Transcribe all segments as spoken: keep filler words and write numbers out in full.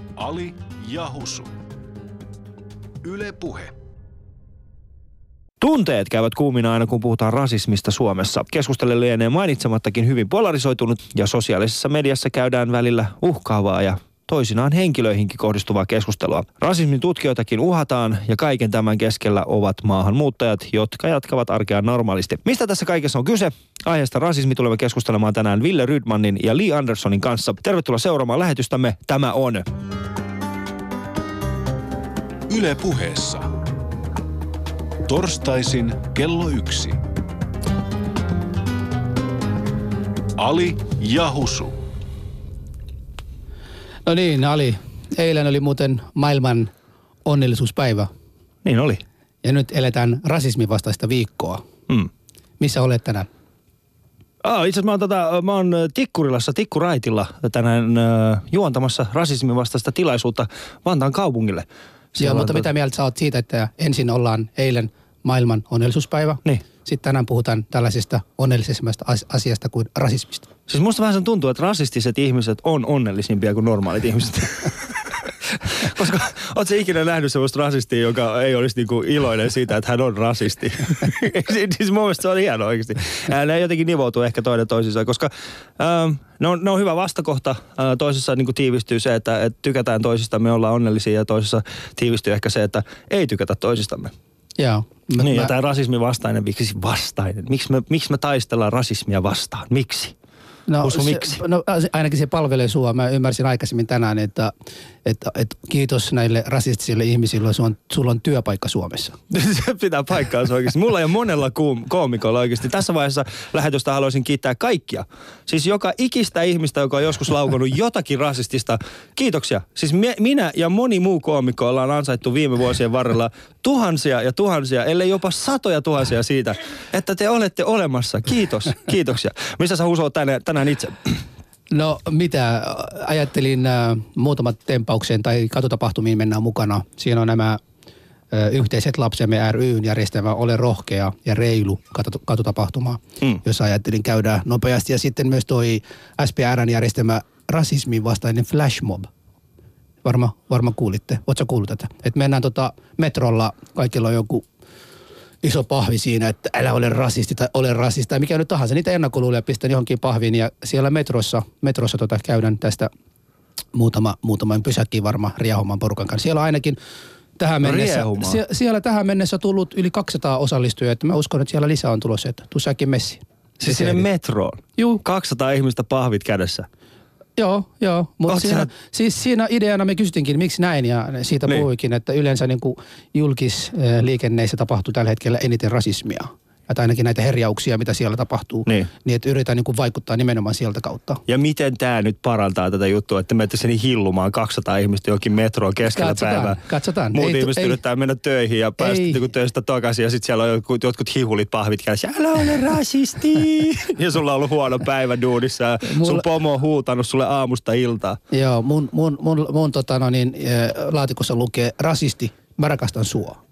Ali ja Husu. Yle Puhe. Tunteet käyvät kuumina aina, kun puhutaan rasismista Suomessa. Keskustelu lienee mainitsemattakin hyvin polarisoitunut ja sosiaalisessa mediassa käydään välillä uhkaavaa ja toisinaan henkilöihinkin kohdistuvaa keskustelua. Rasismin tutkijoitakin uhataan ja kaiken tämän keskellä ovat maahanmuuttajat, jotka jatkavat arkea normaalisti. Mistä tässä kaikessa on kyse? Aiheesta rasismi tulemme keskustelemaan tänään Wille Rydmanin ja Li Anderssonin kanssa. Tervetuloa seuraamaan lähetystämme. Tämä on Yle Puheessa. Torstaisin kello yksi. Ali ja Husu. No niin, Ali. Eilen oli muuten maailman onnellisuuspäivä. Niin oli. Ja nyt eletään rasismin vastaista viikkoa. Hmm. Missä olet tänään? Ah, itse asiassa mä oon, tota, mä oon Tikkurilassa, Tikkuraitilla tänään äh, juontamassa rasismin vastaista tilaisuutta Vantaan kaupungille. Joo, mutta mitä mieltä sä oot siitä, että ensin ollaan eilen maailman onnellisuuspäivä. Niin. Sitten tänään puhutaan tällaisesta onnellisemmasta asiasta kuin rasismista. Siis musta vähän sen tuntuu, että rasistiset ihmiset on onnellisimpia kuin normaalit ihmiset. Koska oot sä ikinä nähnyt semmoista rasistia, joka ei olisi niinku iloinen siitä, että hän on rasisti. Siis mun mielestä se on hieno oikeasti. Ne jotenkin nivoutuu ehkä toinen toisissaan, koska ähm, ne, on, ne on hyvä vastakohta. Äh, toisessa niinku tiivistyy se, että et tykätään toisistamme, ollaan onnellisia, ja toisessa tiivistyy ehkä se, että ei tykätä toisistamme. Joo. Mä, niin, ja tämä rasismi vastainen, miksi vastainen? Miksi me, miksi me taistellaan rasismia vastaan? Miksi? No, Husu, se, miksi? no ainakin se palvelee sua. Mä ymmärsin aikaisemmin tänään, että, että, että kiitos näille rasistisille ihmisille, sulla on, sulla on työpaikka Suomessa. Se pitää paikkaansa oikeasti. Mulla ja monella kuum, koomikolla oikeasti. Tässä vaiheessa lähetystä haluaisin kiittää kaikkia. Siis joka ikistä ihmistä, joka on joskus laukonut jotakin rasistista. Kiitoksia. Siis me, minä ja moni muu koomikko ollaan ansaittu viime vuosien varrella tuhansia ja tuhansia, ellei jopa satoja tuhansia siitä, että te olette olemassa. Kiitos. Kiitoksia. Missä sä Husu oot tänään, tänään itse? No mitä, ajattelin äh, muutamat tempaukseen tai katutapahtumiin mennään mukana. Siinä on nämä äh, yhteiset lapsemme ry:n järjestämä Ole rohkea ja reilu katu, katutapahtuma, mm. jossa ajattelin käydä nopeasti. Ja sitten myös toi S P R:n järjestämä rasismin vastainen flashmob. Varma, varma kuulitte. Ootko kuullut tätä? Että mennään tota metrolla, kaikilla on joku iso pahvi siinä, että älä ole rasisti tai ole rasisti tai mikä nyt tahansa. Niitä ennakkoluulia pistän johonkin pahviin ja siellä metrossa, metrossa tota käydään tästä muutama, muutaman pysäkkiin varmaan riehumaan porukan kanssa. Siellä on ainakin tähän mennessä, sie, siellä tähän mennessä on tullut yli kaksisataa osallistujaa, että mä uskon, että siellä lisää on tulossa, että tuu säkin messiin. Siis sinne metroon? Juu. kaksisataa ihmistä pahvit kädessä? Joo, joo. Mutta siinä, sä... siis siinä ideana me kysytinkin, miksi näin, ja siitä niin. puhuikin, että yleensä niin kuin julkisliikenneissä tapahtuu tällä hetkellä eniten rasismia. Että ainakin näitä herjauksia, mitä siellä tapahtuu, niin, niin että yritetään niin kuin vaikuttaa nimenomaan sieltä kautta. Ja miten tämä nyt parantaa tätä juttua, että menette sen hillumaan kaksisataa ihmistä johonkin metroon keskellä katsotaan, päivää. Katsotaan. Muut ei, ihmiset ei, yrittää mennä töihin ja päästä niin töistä takaisin ja sitten siellä on jotkut, jotkut hihulit pahvit kädessä. Älä ole rasisti! Ja sulla on ollut huono päivä duunissa ja Mulla... sun pomo on huutanut sulle aamusta iltaa. Joo, mun, mun, mun, mun tota no niin, laatikossa lukee rasisti, mä rakastan sua.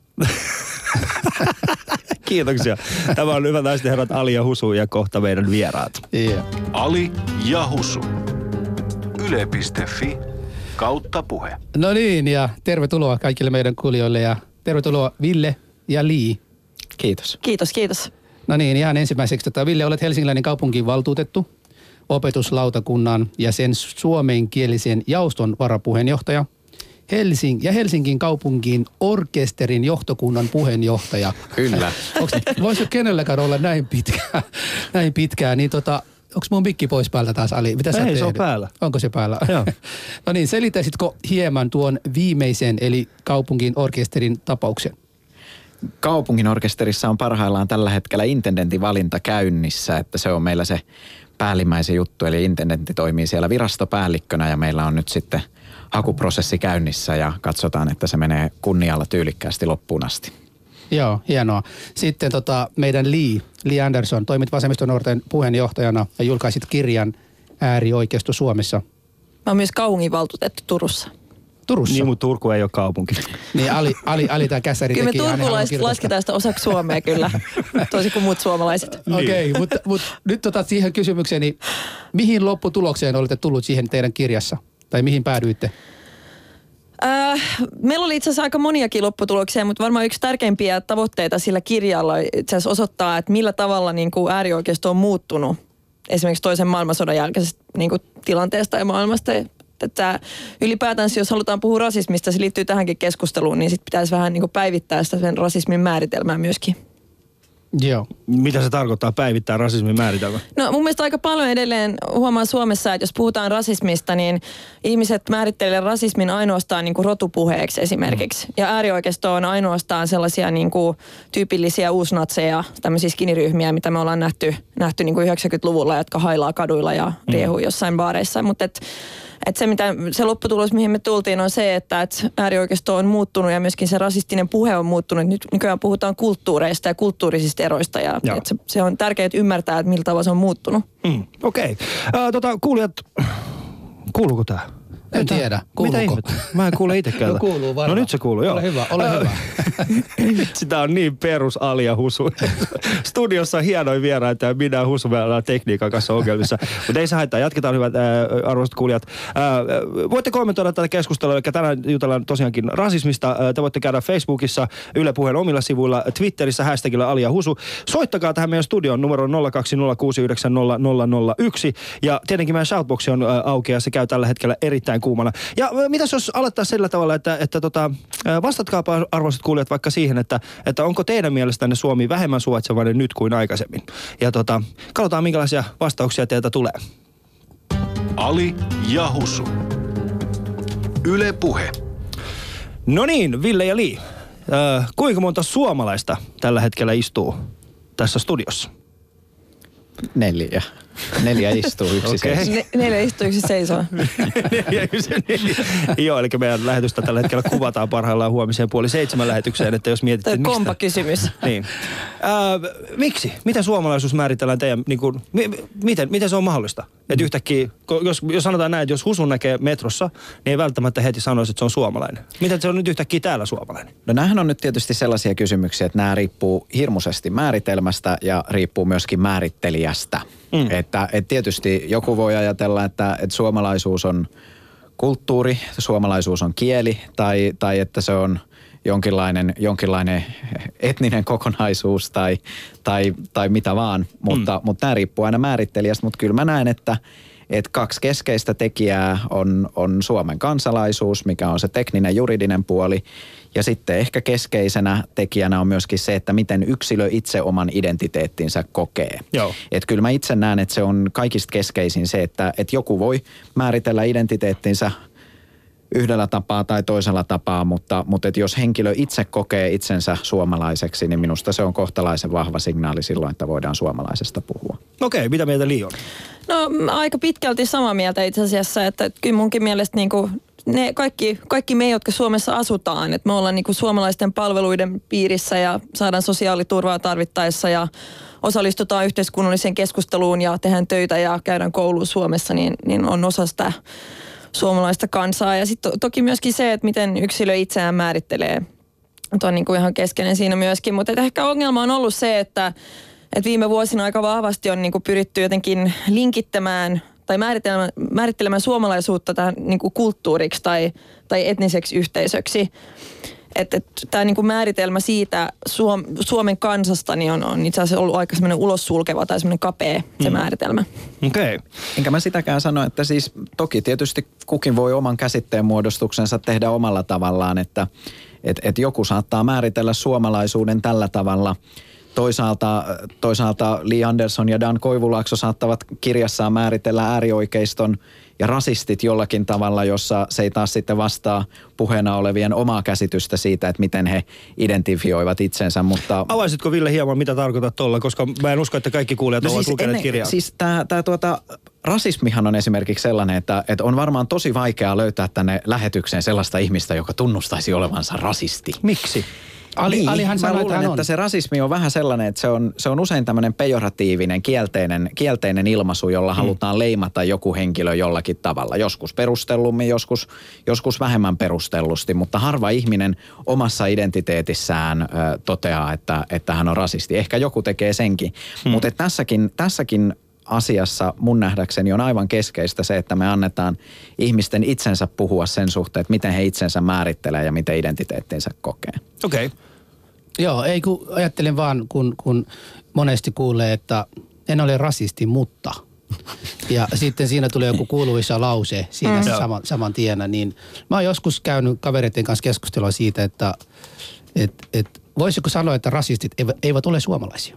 Kiitoksia. Tämä on hyvät naiset ja herrat Ali ja Husu ja kohta meidän vieraat. Yeah. Ali ja Husu. Yle piste fi kautta puhe. No niin, ja tervetuloa kaikille meidän kuulijoille ja tervetuloa Ville ja Li. Kiitos. Kiitos, kiitos. No niin, ihan ensimmäiseksi. Tota, Ville, olet helsinkiläinen kaupunginvaltuutettu, opetuslautakunnan ja sen suomenkielisen jaoston varapuheenjohtaja. Helsing ja Helsingin kaupungin orkesterin johtokunnan puheenjohtaja. Kyllä. Voisiko kenelläkään olla näin pitkään, näin pitkään, niin tota, onko mun mikki pois päältä taas, Ali? Mitä sä Ei, teet? se on päällä. Onko se päällä? Joo. No niin, selittäisitkö hieman tuon viimeisen, eli kaupungin orkesterin tapauksen? Kaupungin orkesterissa on parhaillaan tällä hetkellä intendentin valinta käynnissä, että se on meillä se päällimmäisen juttu, eli intendentti toimii siellä virastopäällikkönä ja meillä on nyt sitten hakuprosessi käynnissä ja katsotaan, että se menee kunnialla tyylikkäästi loppuun asti. Joo, hienoa. Sitten tota, meidän Li, Li Andersson, toimit vasemmistonuorten puheenjohtajana ja julkaisit kirjan Äärioikeisto Suomessa. Mä oon myös kaupunginvaltuutettu Turussa. Turussa? Niin, mutta Turku ei ole kaupunki. Niin, Ali, Ali, Ali tämä käsäri kyllä teki. Kyllä me turkulaiset lasketaan sitä osaksi Suomea kyllä, toisin kuin muut suomalaiset. Niin. Okei, okay, mutta, mutta nyt tota siihen kysymykseen, niin mihin lopputulokseen olette tullut siihen teidän kirjassa? Tai mihin päädyitte? Äh, meillä oli itse asiassa aika moniakin lopputuloksia, mutta varmaan yksi tärkeimpiä tavoitteita sillä kirjalla itse asiassa osoittaa, että millä tavalla niin kuin äärioikeisto on muuttunut esimerkiksi toisen maailmansodan jälkeisestä niin kuin tilanteesta ja maailmasta. Että ylipäätään, jos halutaan puhua rasismista, se liittyy tähänkin keskusteluun, niin sit pitäisi vähän niin kuin päivittää sitä sen rasismin määritelmää myöskin. Joo. Mitä se tarkoittaa päivittää rasismin määritelmä? No mun mielestä aika paljon edelleen huomaa Suomessa, että jos puhutaan rasismista, niin ihmiset määrittelee rasismin ainoastaan niin kuin rotupuheeksi esimerkiksi. Mm. Ja äärioikeisto on ainoastaan sellaisia niin kuin tyypillisiä uusnatseja, tämmöisiä skiniryhmiä, mitä me ollaan nähty, nähty niin kuin yhdeksänkymmentäluvulla, jotka hailaa kaduilla ja riehuu jossain baareissa. Mutta et, et se, mitä, se lopputulos, mihin me tultiin, on se, että et äärioikeisto on muuttunut ja myöskin se rasistinen puhe on muuttunut. Nyt nykyään puhutaan kulttuureista ja kulttuurisista eroista ja et se, se on tärkeää ymmärtää, että miltä tavalla se on muuttunut. Mm, Okei. Okay. Uh, tota, kuulijat, kuuluuko tämä? En Mitä? tiedä, kuuluuko? Mitä ihmettä? Mä en kuule itsekään. No kuuluu varmaan. No nyt se kuuluu, joo. Ole hyvä, ole hyvä. Sitä on niin perus Ali ja Husu. Studiossa on hienoin vieraita ja minä Husu meillä on tekniikan kanssa ongelmissa. Mutta ei se haittaa, jatketaan hyvät äh, arvoisat kuulijat. Äh, voitte kommentoida tätä keskustelua, eli tänään jutellaan tosiaankin rasismista. Äh, te voitte käydä Facebookissa, Yle Puheen omilla sivuilla, Twitterissä hashtagilla Ali ja Husu. Soittakaa tähän meidän studion numero nolla kaksi nolla kuusi yhdeksän nolla nolla nolla yksi. Ja tietenkin meidän shoutbox on äh, auki ja se käy tällä hetkellä erittäin kuumana. Ja mitäs jos alettaisiin sillä tavalla, että, että tota, vastatkaapa arvoisat kuulijat vaikka siihen, että, että onko teidän mielestänne Suomi vähemmän suvaitsevainen nyt kuin aikaisemmin. Ja tota, katsotaan minkälaisia vastauksia teiltä tulee. Ali ja Husu. Yle Puhe. No niin, Ville ja Li. Äh, kuinka monta suomalaista tällä hetkellä istuu tässä studiossa? Neljä. Neljä istuu, yksi okay. seisoo. Ne, neljä istuu, yksi seisoo. neljä, yksi, neljä. Joo, eli meidän lähetystä tällä hetkellä kuvataan parhaillaan huomiseen puoli seitsemän lähetykseen, että jos mietitte, mistä. Kompa kysymys. Niin. Äh, miksi? Miten suomalaisuus määritellään teidän, niin kuin, mi, miten, miten se on mahdollista? Että yhtäkkiä, jos, jos sanotaan näin, että jos Husun näkee metrossa, niin ei välttämättä heti sanoisi, että se on suomalainen. Miten se on nyt yhtäkkiä täällä suomalainen? No nämähän on nyt tietysti sellaisia kysymyksiä, että nämä riippuu hirmuisesti määritelmästä ja riippuu myöskin määrittelijästä. Mm. Että et tietysti joku voi ajatella, että, että suomalaisuus on kulttuuri, suomalaisuus on kieli tai, tai että se on jonkinlainen, jonkinlainen etninen kokonaisuus tai, tai, tai mitä vaan. Mutta, mm. mutta tämä riippuu aina määrittelijästä, mutta kyllä mä näen, että että kaksi keskeistä tekijää on, on Suomen kansalaisuus, mikä on se tekninen juridinen puoli. Ja sitten ehkä keskeisenä tekijänä on myöskin se, että miten yksilö itse oman identiteettinsä kokee. Että kyllä mä itse näen, että se on kaikista keskeisin se, että, että joku voi määritellä identiteettinsä yhdellä tapaa tai toisella tapaa, mutta, mutta että jos henkilö itse kokee itsensä suomalaiseksi, niin minusta se on kohtalaisen vahva signaali silloin, että voidaan suomalaisesta puhua. Okei, okay, mitä mieltä Li on? No aika pitkälti samaa mieltä itse asiassa, että kyllä munkin mielestä niin kuin ne kaikki, kaikki me, jotka Suomessa asutaan, että me ollaan niin kuin suomalaisten palveluiden piirissä ja saadaan sosiaaliturvaa tarvittaessa ja osallistutaan yhteiskunnalliseen keskusteluun ja tehdään töitä ja käydään kouluun Suomessa, niin, niin on osa sitä suomalaista kansaa. Ja sitten to, toki myöskin se, että miten yksilö itseään määrittelee. Tuo on niin kuin ihan keskeinen siinä myöskin. Mutta ehkä ongelma on ollut se, että, että viime vuosina aika vahvasti on niin kuin pyritty jotenkin linkittämään tai määrittelemään, määrittelemään suomalaisuutta tähän niin kuin kulttuuriksi tai, tai etniseksi yhteisöksi. Että et, tämä niin kuin määritelmä siitä Suom, Suomen kansasta niin on, on itse asiassa ollut aika semmoinen ulos sulkeva tai semmoinen kapea se mm. määritelmä. Okei. Okay. Enkä mä sitäkään sano, että siis toki tietysti kukin voi oman käsitteen muodostuksensa tehdä omalla tavallaan, että et, et joku saattaa määritellä suomalaisuuden tällä tavalla. Toisaalta, toisaalta Li Andersson ja Dan Koivulaakso saattavat kirjassaan määritellä äärioikeiston ja rasistit jollakin tavalla, jossa se ei taas sitten vastaa puheena olevien omaa käsitystä siitä, että miten he identifioivat itsensä, mutta... Avaisitko Ville hieman, mitä tarkoitat tuolla, koska mä en usko, että kaikki kuulijat no ovat siis lukeneet kirjaa. Siis tämä tää tuota, rasismihan on esimerkiksi sellainen, että, että on varmaan tosi vaikeaa löytää tänne lähetykseen sellaista ihmistä, joka tunnustaisi olevansa rasisti. Miksi? Ali, niin, Alihan mä luulen, että on. se rasismi on vähän sellainen, että se on, se on usein tämmöinen pejoratiivinen, kielteinen, kielteinen ilmaisu, jolla hmm. halutaan leimata joku henkilö jollakin tavalla. Joskus perustellummin, joskus, joskus vähemmän perustellusti, mutta harva ihminen omassa identiteetissään ö, toteaa, että, että hän on rasisti. Ehkä joku tekee senkin, hmm. mutta tässäkin, tässäkin asiassa mun nähdäkseni on aivan keskeistä se, että me annetaan ihmisten itsensä puhua sen suhteen, että miten he itsensä määrittelee ja miten identiteettinsä kokee. Okei. Okay. Joo, ei kun ajattelen vaan, kun, kun monesti kuulee, että en ole rasisti, mutta. Ja sitten siinä tulee joku kuuluisa lause siinä mm. saman, saman tienä, niin mä oon joskus käynyt kavereiden kanssa keskustelua siitä, että et, et, voisiko sanoa, että rasistit eivät ole suomalaisia.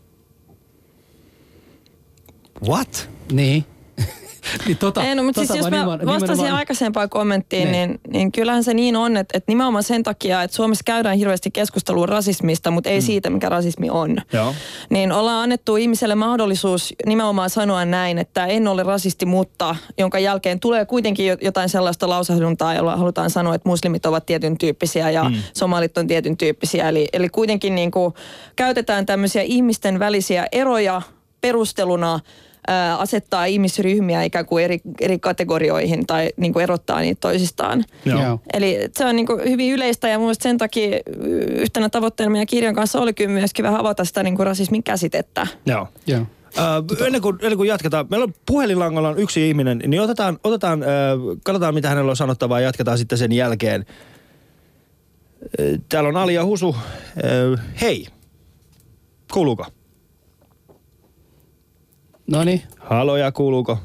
What? Niin. niin tota, Ei, no, mutta tota siis jos mä nimen, vastasin nimenomaan... aikaisempaan kommenttiin, niin, niin kyllähän se niin on, että, että nimenomaan sen takia, että Suomessa käydään hirveästi keskustelua rasismista, mutta ei mm. siitä, mikä rasismi on. Joo. Niin ollaan annettu ihmiselle mahdollisuus nimenomaan sanoa näin, että en ole rasisti, mutta jonka jälkeen tulee kuitenkin jotain sellaista lausahduntaa, jolla halutaan sanoa, että muslimit ovat tietyn tyyppisiä ja mm. somalit on tietyn tyyppisiä. Eli, eli kuitenkin niin kuin käytetään tämmöisiä ihmisten välisiä eroja perusteluna Ää, asettaa ihmisryhmiä ikään kuin eri, eri kategorioihin tai niin kuin erottaa niitä toisistaan. Joo. Eli se on niin kuin hyvin yleistä ja mun mielestä sen takia yhtenä tavoitteena meidän kirjan kanssa oli kyllä myöskin vähän avata sitä niin kuin rasismin käsitettä. Joo. Joo. Äh, ennen, kuin, ennen kuin jatketaan, meillä on puhelinlangolla on yksi ihminen, niin otetaan, otetaan äh, katsotaan mitä hänellä on sanottavaa ja jatketaan sitten sen jälkeen. Äh, täällä on Ali ja Husu. Äh, hei, kuuluuko? Noniin. Haloja, kuuluuko?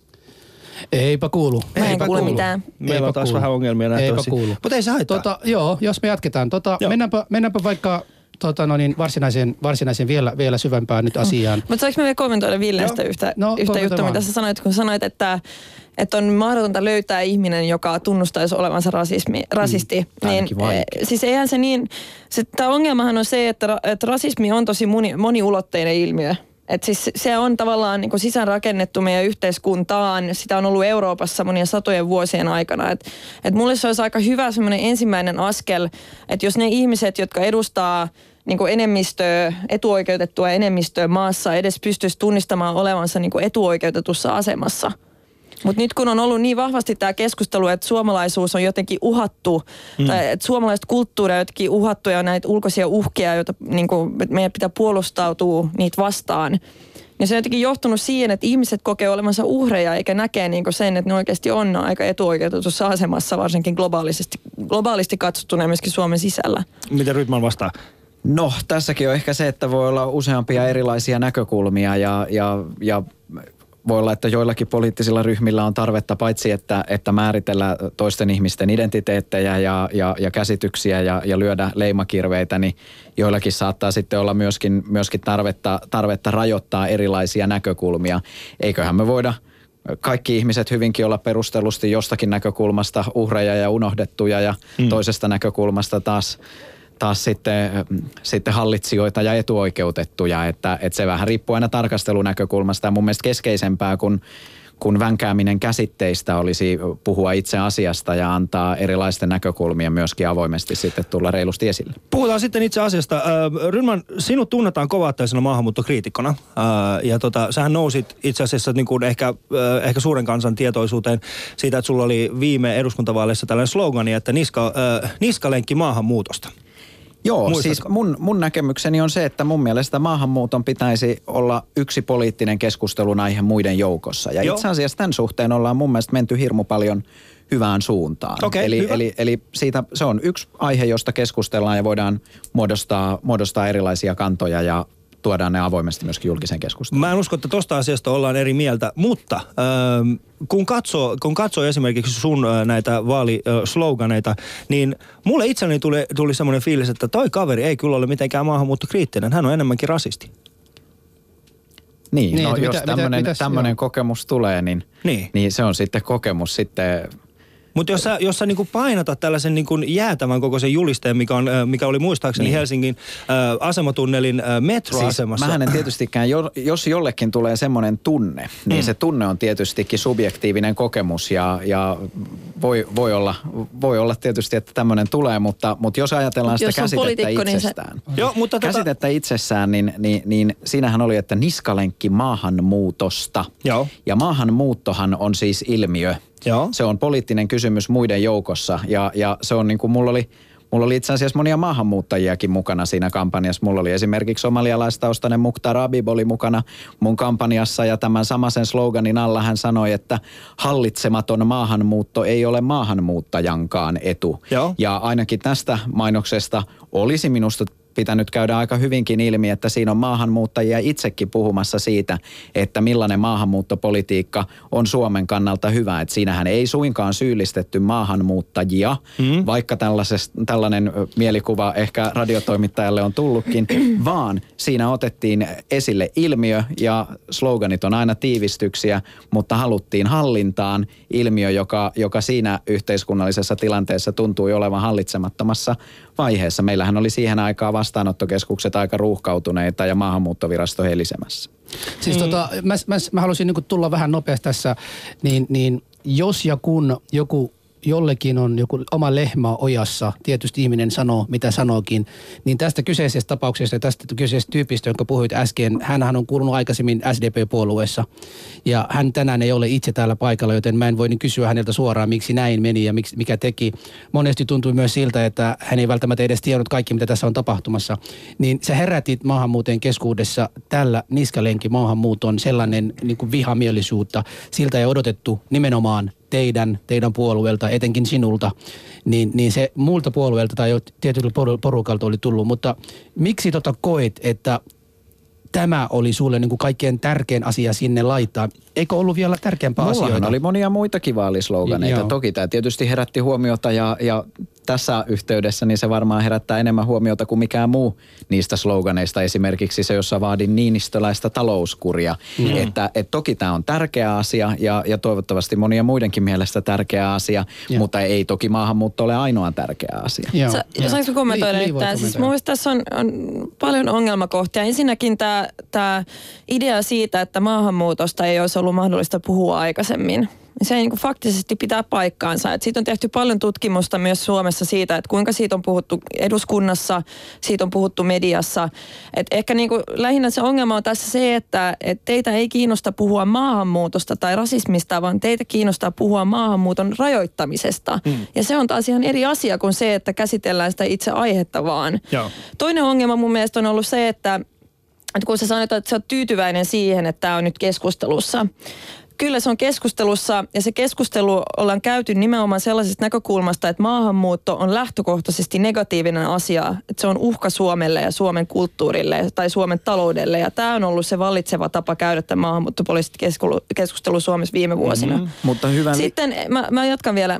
Eipä kuulu. Mä en Eipä kuule kuulu. mitään. Meillä Eipä on taas kuulu. vähän ongelmia nähtävästi. Eipä kuulu. Mutta ei se haittaa. Tota, joo, jos me jatketaan. Tota, mennäänpä, mennäänpä vaikka tota, no niin, varsinaisen, varsinaisen vielä, vielä syvempään nyt asiaan. Mm. Mutta saanko mä vielä kommentoida Villestä yhtä, no, yhtä juttua, mitä sä sanoit, kun sanoit, että, että on mahdotonta löytää ihminen, joka tunnustaisi olevansa rasismi, rasisti. Mm, niin, siis eihän se niin, tämä ongelmahan on se, että, että rasismi on tosi moni, moniulotteinen ilmiö. Et siis se on tavallaan niin kuin sisäänrakennettu meidän yhteiskuntaan. Sitä on ollut Euroopassa monien satojen vuosien aikana. Et, et mulle se olisi aika hyvä semmoinen ensimmäinen askel, että jos ne ihmiset, jotka edustaa niin kuin enemmistöä, etuoikeutettua enemmistöä maassa, edes pystyisi tunnistamaan olevansa niin kuin etuoikeutetussa asemassa. Mutta nyt kun on ollut niin vahvasti tämä keskustelu, että suomalaisuus on jotenkin uhattu, mm. tai että suomalaiset kulttuuria on jotenkin uhattu ja näitä ulkoisia uhkia, joita niin kuin meidän pitää puolustautua niitä vastaan, niin se on jotenkin johtunut siihen, että ihmiset kokee olevansa uhreja eikä näkee niin kuin sen, että ne oikeasti on aika etuoikeutetussa asemassa, varsinkin globaalisti, globaalisti katsottuna ja myöskin Suomen sisällä. Miten Rydman vastaa? No, tässäkin on ehkä se, että voi olla useampia erilaisia näkökulmia ja, ja, ja voi olla, että joillakin poliittisilla ryhmillä on tarvetta paitsi, että, että määritellä toisten ihmisten identiteettejä ja, ja, ja käsityksiä ja, ja lyödä leimakirveitä, niin joillakin saattaa sitten olla myöskin, myöskin tarvetta, tarvetta rajoittaa erilaisia näkökulmia. Eiköhän me voida kaikki ihmiset hyvinkin olla perustellusti jostakin näkökulmasta uhreja ja unohdettuja ja mm. toisesta näkökulmasta taas taas sitten, sitten hallitsijoita ja etuoikeutettuja, että, että se vähän riippuu aina tarkastelunäkökulmasta ja mun mielestä keskeisempää kuin kun vänkääminen käsitteistä olisi puhua itse asiasta ja antaa erilaisten näkökulmien myöskin avoimesti sitten tulla reilusti esille. Puhutaan sitten itse asiasta. Äh, Rydman, sinut tunnetaan kovaatteisena maahanmuuttokriitikkona äh, ja tota, sähän nousit itse asiassa niin kuin ehkä, äh, ehkä suuren kansan tietoisuuteen siitä, että sulla oli viime eduskuntavaaleissa tällainen slogani, että niska, äh, niskalenkki maahanmuutosta. Joo, Muistatko? Siis mun, mun näkemykseni on se, että mun mielestä maahanmuuton pitäisi olla yksi poliittinen keskustelun aihe muiden joukossa. Ja Joo. itse asiassa tämän suhteen ollaan mun mielestä menty hirmu paljon hyvään suuntaan. Okay, eli, hyvä. eli, eli siitä se on yksi aihe, josta keskustellaan ja voidaan muodostaa, muodostaa erilaisia kantoja ja tuodaan ne avoimesti myöskin julkiseen keskusteluun. Mä en usko, että tosta asiasta ollaan eri mieltä, mutta ähm, kun, katsoo, kun katsoo esimerkiksi sun äh, näitä vaalisloganeita, niin mulle itselleni tuli, tuli semmoinen fiilis, että toi kaveri ei kyllä ole mitenkään maahanmuuttokriittinen, hän on enemmänkin rasisti. Niin, niin no jos mitä, tämmöinen, mitä, tämmöinen kokemus tulee, niin, niin. niin se on sitten kokemus sitten. Mutta jos sä, jos sä niinku painatat tällaisen niinku jäätävän kokoisen julisteen, mikä, on, mikä oli muistaakseni niin. Helsingin äh, asematunnelin äh, metroasemassa. Siis mähän en tietystikään, jos jollekin tulee semmoinen tunne, niin mm. se tunne on tietystikin subjektiivinen kokemus ja, ja voi, voi, olla, voi olla tietysti, että tämmöinen tulee, mutta, mutta jos ajatellaan sitä jos käsitettä itsestään, niin se... Joo, mutta käsitettä tota... itsessään, niin, niin, niin siinähän oli, että niskalenkki maahanmuutosta. Joo. Ja maahanmuuttohan on siis ilmiö. Joo. Se on poliittinen kysymys muiden joukossa ja, ja se on niin kuin mulla oli, mulla oli itse asiassa monia maahanmuuttajiakin mukana siinä kampanjassa. Mulla oli esimerkiksi somalialaistaustainen Mukhtar Habib oli mukana mun kampanjassa ja tämän samaisen sloganin alla hän sanoi, että hallitsematon maahanmuutto ei ole maahanmuuttajankaan etu. Joo. Ja ainakin tästä mainoksesta olisi minusta pitänyt käydä aika hyvinkin ilmi, että siinä on maahanmuuttajia itsekin puhumassa siitä, että millainen maahanmuuttopolitiikka on Suomen kannalta hyvä. Että siinähän ei suinkaan syyllistetty maahanmuuttajia, mm. vaikka tällainen mielikuva ehkä radiotoimittajalle on tullutkin, vaan siinä otettiin esille ilmiö ja sloganit on aina tiivistyksiä, mutta haluttiin hallintaan ilmiö, joka, joka siinä yhteiskunnallisessa tilanteessa tuntui olevan hallitsemattomassa vaiheessa. Meillähän oli siihen aikaan vastaanottokeskukset aika ruuhkautuneita ja maahanmuuttovirasto helisemässä. Siis mm. tota, mä, mä, mä halusin niinku tulla vähän nopeasti tässä, niin, niin jos ja kun joku jollekin on joku oma lehmä ojassa, tietysti ihminen sanoo, mitä sanookin, niin tästä kyseisestä tapauksesta ja tästä kyseisestä tyypistä, jonka puhuit äsken, hänhän on kuulunut aikaisemmin S D P-puolueessa ja hän tänään ei ole itse täällä paikalla, joten mä en voi niin kysyä häneltä suoraan, miksi näin meni ja miksi, mikä teki. Monesti tuntui myös siltä, että hän ei välttämättä edes tiennyt kaikki, mitä tässä on tapahtumassa. Niin se herätti maahanmuuteen keskuudessa tällä niskalenki maahanmuuton sellainen niin kuin vihamielisuutta. Siltä ei odotettu nimenomaan teidän, teidän puolueelta, etenkin sinulta, niin, niin se muulta puolueelta tai jo tietyllä porukalta oli tullut. Mutta miksi tota koet, että tämä oli sulle niin kuin kaikkein tärkein asia sinne laittaa? Eikö ollut vielä tärkeämpää Mullahan asioita? oli monia muitakin vaalisloganeita. Joo. Toki tämä tietysti herätti huomiota ja, ja tässä yhteydessä niin se varmaan herättää enemmän huomiota kuin mikään muu niistä sloganeista. Esimerkiksi se, jossa vaadin niinistöläistä talouskuria. Mm. Että et toki tämä on tärkeä asia ja, ja toivottavasti monia muidenkin mielestä tärkeä asia, ja. Mutta ei toki maahanmuutto ole ainoa tärkeä asia. Sa, saanko kommentoida nyt tämän? Siis mun mielestä tässä on, on paljon ongelmakohtia. Ensinnäkin tämä, tämä idea siitä, että maahanmuutosta ei olisi ollut mahdollista puhua aikaisemmin. Se niin kuin faktisesti pitää paikkaansa. Et siitä on tehty paljon tutkimusta myös Suomessa siitä, että kuinka siitä on puhuttu eduskunnassa, siitä on puhuttu mediassa. Et ehkä niin kuin lähinnä se ongelma on tässä se, että et teitä ei kiinnosta puhua maahanmuutosta tai rasismista, vaan teitä kiinnostaa puhua maahanmuuton rajoittamisesta. Hmm. Ja se on taas ihan eri asia kuin se, että käsitellään sitä itse aihetta vaan. Joo. Toinen ongelma mun mielestä on ollut se, että, että kun sä sanoit, että sä oot tyytyväinen siihen, että tämä on nyt keskustelussa. Kyllä se on keskustelussa ja se keskustelu ollaan käyty nimenomaan sellaisesta näkökulmasta, että maahanmuutto on lähtökohtaisesti negatiivinen asia. Että se on uhka Suomelle ja Suomen kulttuurille tai Suomen taloudelle ja tämä on ollut se vallitseva tapa käydä tämän maahanmuuttopoliittista keskustelua Suomessa viime vuosina. Mm-hmm. Mutta hyvä. Sitten mä, mä jatkan vielä.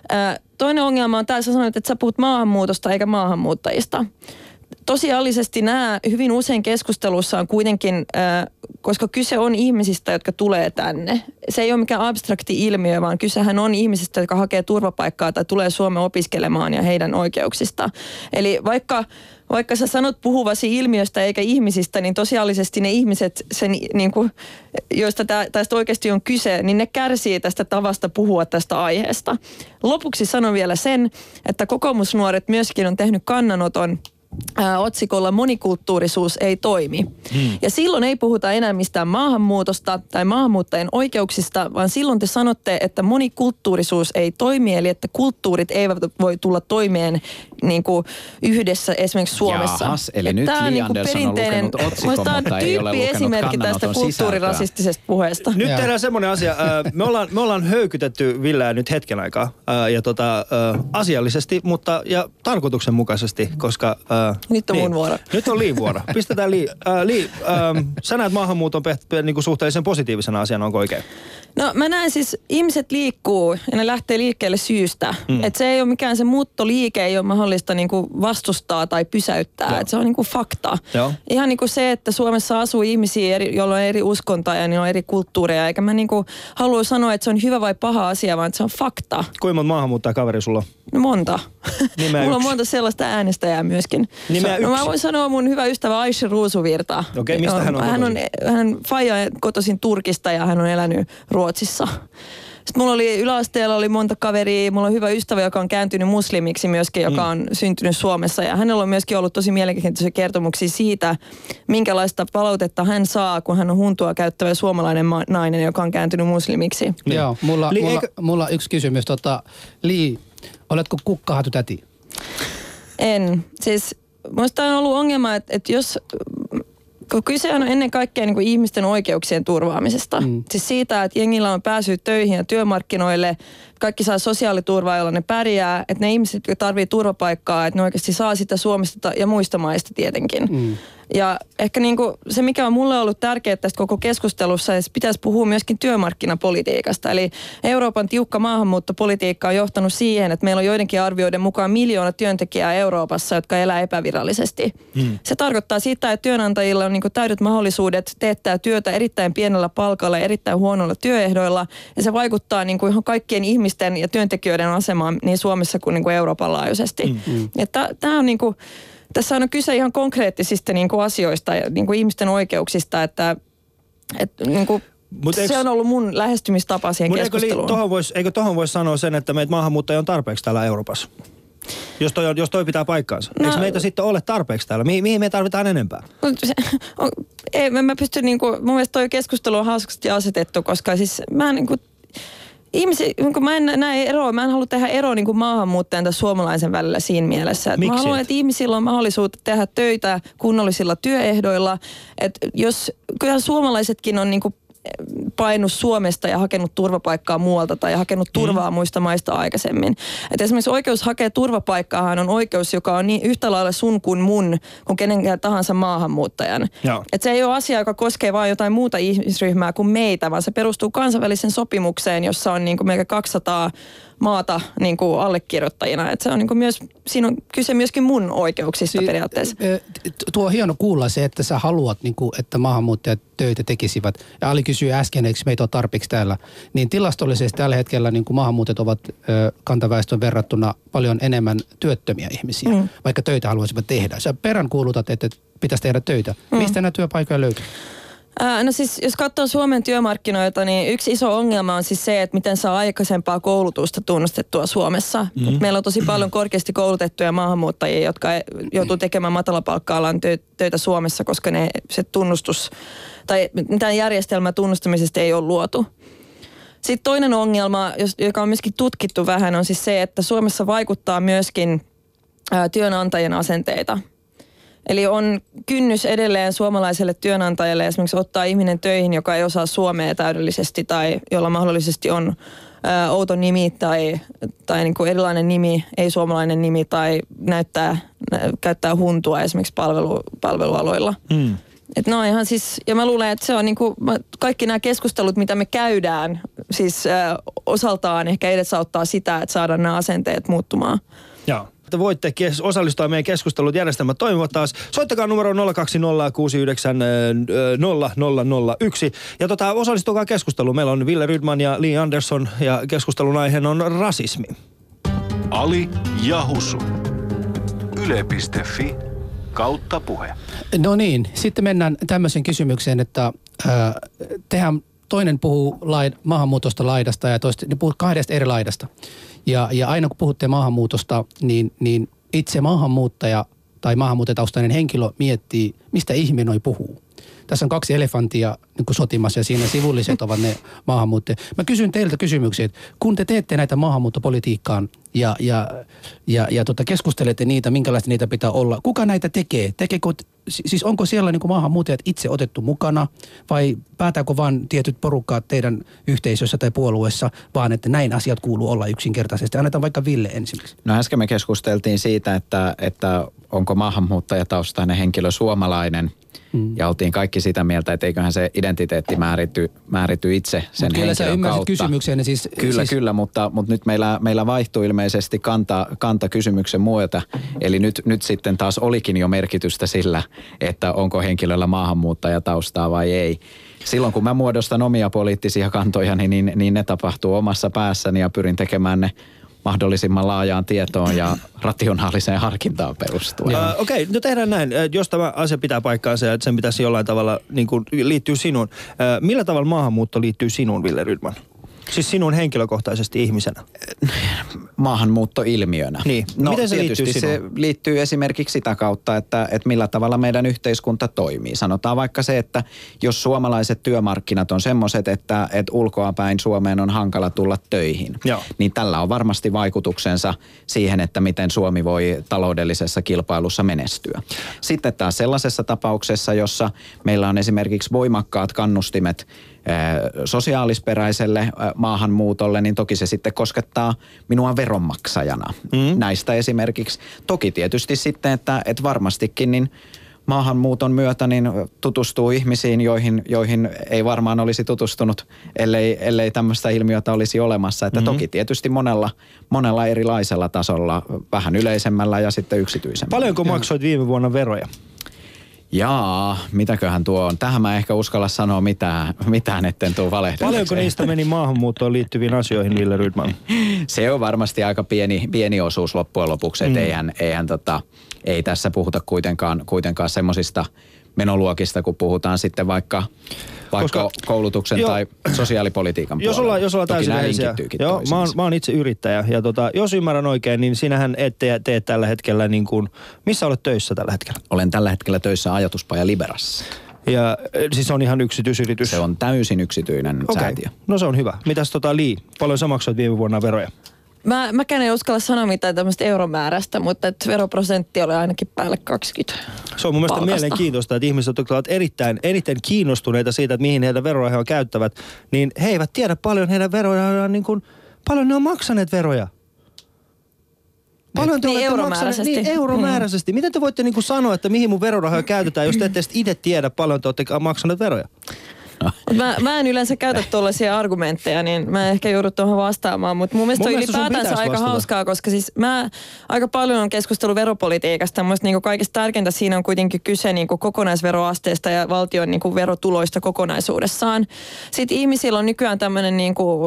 Toinen ongelma on tämä, sä sanoit, että sä puhut maahanmuutosta eikä maahanmuuttajista. Tosiaalisesti nämä hyvin usein keskustelussa on kuitenkin, äh, koska kyse on ihmisistä, jotka tulee tänne. Se ei ole mikään abstrakti ilmiö, vaan kysehän on ihmisistä, jotka hakee turvapaikkaa tai tulee Suomeen opiskelemaan ja heidän oikeuksista. Eli vaikka, vaikka sä sanot puhuvasi ilmiöstä eikä ihmisistä, niin tosiaalisesti ne ihmiset, sen, niin kuin, joista tä, tästä oikeasti on kyse, niin ne kärsii tästä tavasta puhua tästä aiheesta. Lopuksi sanon vielä sen, että kokoomusnuoret myöskin on tehnyt kannanoton Ää, otsikolla monikulttuurisuus ei toimi. Hmm. Ja silloin ei puhuta enää mistään maahanmuutosta tai maahanmuuttajien oikeuksista, vaan silloin te sanotte, että monikulttuurisuus ei toimi, eli että kulttuurit eivät voi tulla toimeen niin kuin yhdessä esimerkiksi Suomessa. Jahas, eli ja nyt Li niin Andersson on lukenut otsikon, mutta ei ole lukenut esimerkki tästä kulttuurirasistisesta puheesta. Nyt ja. tehdään semmoinen asia. Me ollaan, me ollaan höykytetty Villeä nyt hetken aikaa ja tota, asiallisesti, mutta ja tarkoituksenmukaisesti, koska nyt on niin. mun vuoro. Nyt on Liin vuoro. Pistetään Li. Äh, Li ähm, sä näet maahanmuuton pe- pe- niinku suhteellisen positiivisena asiana, onko oikein? No mä näen siis, ihmiset liikkuu ja ne lähtee liikkeelle syystä. Mm. Että se ei ole mikään se muuttoliike, ei ole mahdollista niinku vastustaa tai pysäyttää. Että se on niinku fakta. Joo. Ihan niinku se, että Suomessa asuu ihmisiä, eri, joilla on eri uskontoja ja niillä on eri kulttuureja. Eikä mä niinku halua sanoa, että se on hyvä vai paha asia, vaan että se on fakta. Kuinka monta maahanmuuttajaa kaveri sulla on? No monta. Nimeä Mulla on yksi. monta sellaista äänestäjää myöskin. Nimeä no, yksi. mä voin sanoa mun hyvä ystävä Aisha Ruusuvirta. Okei, mistä hän on Hän on, hän on faija kotoisin Turkista ja hän on elänyt Ruotsissa. Sitten mulla oli yläasteella oli monta kaveria. Mulla on hyvä ystävä, joka on kääntynyt muslimiksi myöskin, joka on mm. syntynyt Suomessa. Ja hänellä on myöskin ollut tosi mielenkiintoisia kertomuksia siitä, minkälaista palautetta hän saa, kun hän on huntua käyttävä suomalainen ma- nainen, joka on kääntynyt muslimiksi. Niin. Joo, mulla, Li, mulla, eikö... mulla yksi kysymys. Tota, Li, oletko kukkahatu täti? En. Siis minusta on ollut ongelma, että, että jos... Kun kyse on ennen kaikkea niin kuin ihmisten oikeuksien turvaamisesta. Mm. Siis siitä, että jengillä on päässyt töihin ja työmarkkinoille, kaikki saa sosiaaliturvaa, jolla ne pärjää, että ne ihmiset, jotka tarvitsee turvapaikkaa, että ne oikeasti saa sitä Suomesta ja muista maista tietenkin. Mm. Ja ehkä niin kuin se, mikä on mulle ollut tärkeää tästä koko keskustelussa, että pitäisi puhua myöskin työmarkkinapolitiikasta. Eli Euroopan tiukka maahanmuuttopolitiikka on johtanut siihen, että meillä on joidenkin arvioiden mukaan miljoona työntekijää Euroopassa, jotka elää epävirallisesti. Hmm. Se tarkoittaa sitä, että työnantajilla on niin kuin täydet mahdollisuudet teettää työtä erittäin pienellä palkalla ja erittäin huonoilla työehdoilla. Ja se vaikuttaa niin kuin ihan kaikkien ihmisten ja työntekijöiden asemaan niin Suomessa kuin, niin kuin Euroopan laajuisesti. Hmm. Tämä on niin kuin... Tässä on kyse ihan konkreettisista niin kuin asioista ja niin kuin ihmisten oikeuksista, että, että niin kuin eikö, se on ollut mun lähestymistapa siihen keskusteluun. Eikö tohon vois, eikö tuohon voisi sanoa sen, että meitä maahanmuuttajia on tarpeeksi täällä Euroopassa? Jos toi, jos toi pitää paikkaansa. No, eikö meitä sitten ole tarpeeksi täällä? Mihin, mihin me tarvitaan enempää? On, ei, mä pysty niin kuin, mun mielestä toi keskustelu on hauskasti asetettu, koska siis mä niin kuin, ihmisiä, kun mä en näe eroa, mä en halua tehdä eroa niin kuin maahanmuuttajan tai suomalaisen välillä siinä mielessä. Että mä haluan, että ihmisillä on mahdollisuutta tehdä töitä kunnollisilla työehdoilla. Että jos, kyllähän suomalaisetkin on niin kuin painut Suomesta ja hakenut turvapaikkaa muualta tai hakenut turvaa mm. muista maista aikaisemmin. Et esimerkiksi oikeus hakea turvapaikkaahan on oikeus, joka on niin yhtä lailla sun kuin mun, kuin kenenkään tahansa maahanmuuttajan. Et se ei ole asia, joka koskee vain jotain muuta ihmisryhmää kuin meitä, vaan se perustuu kansainväliseen sopimukseen, jossa on niin kuin melkein kaksisataa maata niin kuin allekirjoittajina. Et se on niin kuin myös, siinä on kyse myöskin mun oikeuksista si- periaatteessa. Tuo on hieno kuulla se, että sä haluat, niin kuin, että maahanmuuttajat töitä tekisivät. Ja Ali kysyi äsken, eikö meitä ole tarpeeksi täällä. Niin tilastollisesti tällä hetkellä niin kuin maahanmuuttajat ovat ö, kantaväestön verrattuna paljon enemmän työttömiä ihmisiä, mm. vaikka töitä haluaisivat tehdä. Sä peräänkuulutat, että pitäisi tehdä töitä. Mm. Mistä nämä työpaikkoja löytyy? No siis, jos katsoo Suomen työmarkkinoita, niin yksi iso ongelma on siis se, että miten saa aikaisempaa koulutusta tunnustettua Suomessa. Mm-hmm. Meillä on tosi paljon korkeasti koulutettuja maahanmuuttajia, jotka joutuu tekemään matalapalkka-alan töitä Suomessa, koska ne, se tunnustus tai mitään järjestelmää tunnustamisesta ei ole luotu. Sitten toinen ongelma, joka on myöskin tutkittu vähän, on siis se, että Suomessa vaikuttaa myöskin työnantajien asenteita. Eli on kynnys edelleen suomalaiselle työnantajalle esimerkiksi ottaa ihminen töihin, joka ei osaa suomea täydellisesti tai jolla mahdollisesti on ää, outo nimi tai, tai niin kuin erilainen nimi, ei suomalainen nimi tai näyttää, nä, käyttää huntua esimerkiksi palvelu, palvelualoilla. Mm. Et no ihan siis, ja mä luulen, että se on niin kuin, kaikki nämä keskustelut, mitä me käydään, siis ää, osaltaan ehkä edesauttaa sitä, että saadaan nämä asenteet muuttumaan. Joo. Voitte kes- osallistua meidän keskustelut. Järjestelmät toimivat taas. Soittakaa numero nolla kaksi nolla kuusi yhdeksän nolla nolla nolla yksi. Ja tota, osallistukaa keskusteluun. Meillä on Wille Rydman ja Li Andersson ja keskustelun aiheena on rasismi. Ali ja Husu. Yle piste fi kautta puhe. No niin, sitten mennään tämmöiseen kysymykseen, että äh, tehän toinen puhuu laid, maahanmuutosta laidasta ja toista, ne puhuu kahdesta eri laidasta. Ja, ja aina kun puhutte maahanmuutosta, niin, niin itse maahanmuuttaja tai maahanmuuttajataustainen henkilö miettii, mistä ihminen noi puhuu. Tässä on kaksi elefanttia niin kuin sotimassa ja siinä sivulliset ovat ne maahanmuuttajat. Mä kysyn teiltä kysymyksiä, että kun te teette näitä maahanmuuttopolitiikkaan ja, ja, ja, ja tota keskustelette niitä, minkälaista niitä pitää olla, kuka näitä tekee? Tekeekö, siis onko siellä niin kuin maahanmuuttajat itse otettu mukana vai päätääkö vaan tietyt porukkaat teidän yhteisössä tai puolueessa, vaan että näin asiat kuuluu olla yksinkertaisesti? Annetaan vaikka Ville ensimmäiseksi. No äsken me keskusteltiin siitä, että, että onko maahanmuuttajataustainen henkilö suomalainen. Mm. Ja oltiin kaikki sitä mieltä, että eiköhän se identiteetti määrity, määrity itse sen mut henkilön kyllä sä ymmärsit kautta. Kysymyksen. Siis, kyllä, siis... kyllä, mutta, mutta nyt meillä, meillä vaihtuu ilmeisesti kanta, kanta kysymyksen muuta. Eli nyt, nyt sitten taas olikin jo merkitystä sillä, että onko henkilöllä maahanmuuttajataustaa vai ei. Silloin kun mä muodostan omia poliittisia kantojani, niin, niin ne tapahtuu omassa päässäni ja pyrin tekemään ne mahdollisimman laajaan tietoon ja rationaaliseen harkintaan perustuen. Uh, Okei, okay, no tehdään näin. Jos tämä asia pitää paikkaansa ja sen pitäisi jollain tavalla niin kuin liittyy sinuun. Uh, millä tavalla maahanmuutto liittyy sinuun, Wille Rydman? Siis sinun henkilökohtaisesti ihmisenä? Maahanmuuttoilmiönä. Niin. No, miten se tietysti liittyy se sinuun? liittyy esimerkiksi sitä kautta, että, että millä tavalla meidän yhteiskunta toimii. Sanotaan vaikka se, että jos suomalaiset työmarkkinat on semmoiset, että, että ulkoapäin Suomeen on hankala tulla töihin, Joo. niin tällä on varmasti vaikutuksensa siihen, että miten Suomi voi taloudellisessa kilpailussa menestyä. Sitten taas sellaisessa tapauksessa, jossa meillä on esimerkiksi voimakkaat kannustimet sosiaalisperäiselle maahanmuutolle, niin toki se sitten koskettaa minua veronmaksajana. Mm. Näistä esimerkiksi. Toki tietysti sitten, että, että varmastikin niin maahanmuuton myötä niin tutustuu ihmisiin, joihin, joihin ei varmaan olisi tutustunut, ellei, ellei tämmöistä ilmiötä olisi olemassa. Että mm-hmm. toki tietysti monella, monella erilaisella tasolla, vähän yleisemmällä ja sitten yksityisemmällä. Paljonko maksoit viime vuonna veroja? Jaa, mitäköhän tuo on. Tähän mä ehkä uskalla sanoa mitään, mitään etten tuu valehdelleksi. Paljonko niistä meni maahanmuuttoon liittyviin asioihin, Ville Rydman? Se on varmasti aika pieni, pieni osuus loppujen lopuksi, että mm. eihän, eihän tota, ei tässä puhuta kuitenkaan, kuitenkaan semmoisista menoluokista, kun puhutaan sitten vaikka, vaikka Koska, koulutuksen jo, tai sosiaalipolitiikan jos puolella. Ollaan, jos ollaan täysin rehellisiä. Joo, mä oon, mä oon itse yrittäjä ja tota, jos ymmärrän oikein, niin sinähän et tee, tee tällä hetkellä niin kuin, missä olet töissä tällä hetkellä? Olen tällä hetkellä töissä Ajatuspaja Liberassa. Ja siis on ihan yksityisyritys? Se on täysin yksityinen okay. säätiö. No se on hyvä. Mitäs tota Li, paljon sä maksoit viime vuonna veroja? Mä, mäkään en uskalla sanoa mitään tämmöistä euromäärästä, mutta et veroprosentti oli ainakin päälle kaksikymmentä. Se on mun mielestä palkasta. mielenkiintoista, että ihmiset, jotka ovat erittäin, erittäin kiinnostuneita siitä, että mihin heidän verorahoja käyttävät, niin he eivät tiedä paljon heidän verorahojaan, niin kuin, paljon ne on maksaneet veroja. Paljon te niin, olette euromääräisesti. Maksaneet, niin, euromääräisesti. Mm. Miten te voitte niin kuin sanoa, että mihin mun verorahoja käytetään, jos te ette itse tiedä paljon te olette maksaneet veroja? Mä, mä en yleensä käytä tuollaisia argumentteja, niin mä ehkä joudun tuohon vastaamaan, mutta mun mielestä mun on ylipäätänsä aika vastata. hauskaa, koska siis mä aika paljon on keskustellut veropolitiikasta. Mun mielestä niin kaikista tärkeintä siinä on kuitenkin kyse niin kokonaisveroasteesta ja valtion niin verotuloista kokonaisuudessaan. Sitten ihmisillä on nykyään tämmöinen, niin kuin,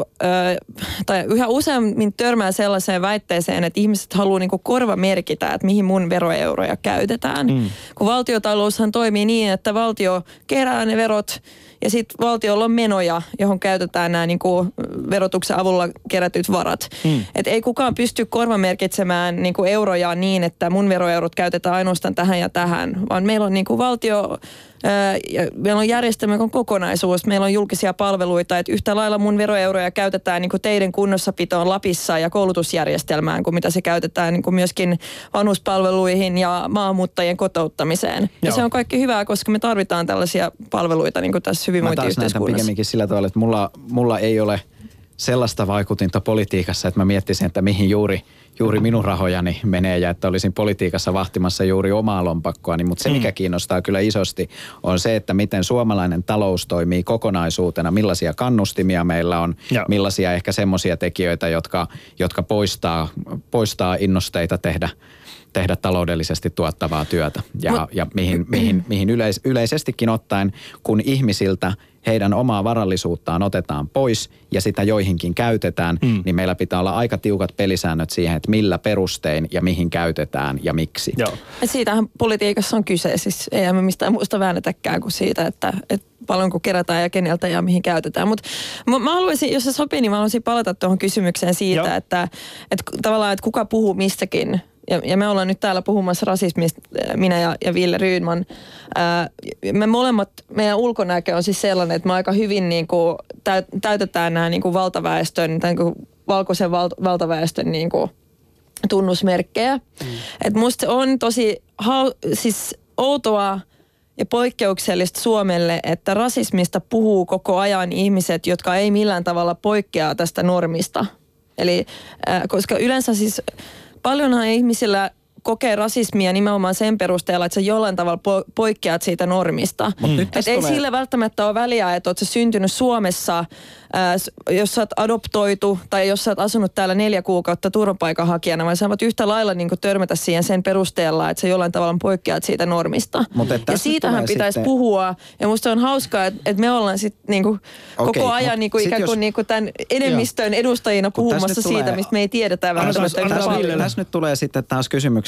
tai yhä useammin törmää sellaiseen väitteeseen, että ihmiset haluaa niin korva merkitä, että mihin mun veroeuroja käytetään. Mm. Kun valtiotaloushan toimii niin, että valtio kerää ne verot, ja sitten valtiolla on menoja, johon käytetään nämä niinku verotuksen avulla kerätyt varat. Mm. Et ei kukaan pysty korvamerkitsemään niinku euroja niin, että mun veroeurot käytetään ainoastaan tähän ja tähän, vaan meillä on niinku valtio, ää, meillä on järjestelmä, joka on kokonaisuus, meillä on julkisia palveluita, että yhtä lailla mun veroeuroja käytetään niinku teiden kunnossapitoon Lapissa ja koulutusjärjestelmään, kuin mitä se käytetään niinku myöskin vanhuspalveluihin ja maahanmuuttajien kotouttamiseen. Joo. Ja se on kaikki hyvää, koska me tarvitaan tällaisia palveluita niin kuin tässä hyvinvointiyhteiskunnassa. Mä taas näytän pikemminkin sillä tavalla, että mulla, mulla ei ole sellaista vaikutinta politiikassa, että mä miettisin, että mihin juuri, juuri minun rahojani menee ja että olisin politiikassa vahtimassa juuri omaa lompakkoani. Mutta se, mikä kiinnostaa kyllä isosti, on se, että miten suomalainen talous toimii kokonaisuutena, millaisia kannustimia meillä on, ja millaisia ehkä semmoisia tekijöitä, jotka, jotka poistaa, poistaa innosteita tehdä tehdä taloudellisesti tuottavaa työtä. Ja, ja mihin, mihin, mihin yleis, yleisestikin ottaen, kun ihmisiltä heidän omaa varallisuuttaan otetaan pois ja sitä joihinkin käytetään, mm. niin meillä pitää olla aika tiukat pelisäännöt siihen, että millä perustein ja mihin käytetään ja miksi. Joo. Et siitähän politiikassa on kyse. Siis ei me mistään muusta väännetäkään kuin siitä, että, että paljonko kerätään ja keneltä ja mihin käytetään. Mutta mä haluaisin, jos se sopii, niin mä haluaisin palata tuohon kysymykseen siitä, että, että tavallaan, että kuka puhuu mistäkin. Ja, ja me ollaan nyt täällä puhumassa rasismista, minä ja, ja Ville Rydman. Ää, me molemmat, meidän ulkonäkö on siis sellainen, että me aika hyvin niin kuin täytetään nämä niin kuin valtaväestön, tai niin kuin valkoisen val, valtaväestön niin kuin tunnusmerkkejä. Mm. Että musta on tosi hau, siis outoa ja poikkeuksellista Suomelle, että rasismista puhuu koko ajan ihmiset, jotka ei millään tavalla poikkea tästä normista. Eli ää, koska yleensä siis paljonhan ihmisillä kokee rasismia nimenomaan sen perusteella, että sä jollain tavalla po- poikkeat siitä normista. Mm. Että ei tulee sillä välttämättä ole väliä, että oot sä syntynyt Suomessa, ää, jos sä oot adoptoitu tai jos sä oot asunut täällä neljä kuukautta turvapaikanhakijana, vaan sä voit yhtä lailla niin kuin törmätä siihen sen perusteella, että sä jollain tavalla poikkeat siitä normista. Ja siitähän pitäisi sitten puhua. Ja musta on hauskaa, että, että me ollaan sitten niin kuin okay, koko ajan niin kuin ikään kuin, jos niin kuin tämän enemmistön edustajina puhumassa siitä, tulee mistä me ei tiedetä välttämättä. Tässä nyt tulee sitten taas kysymykseen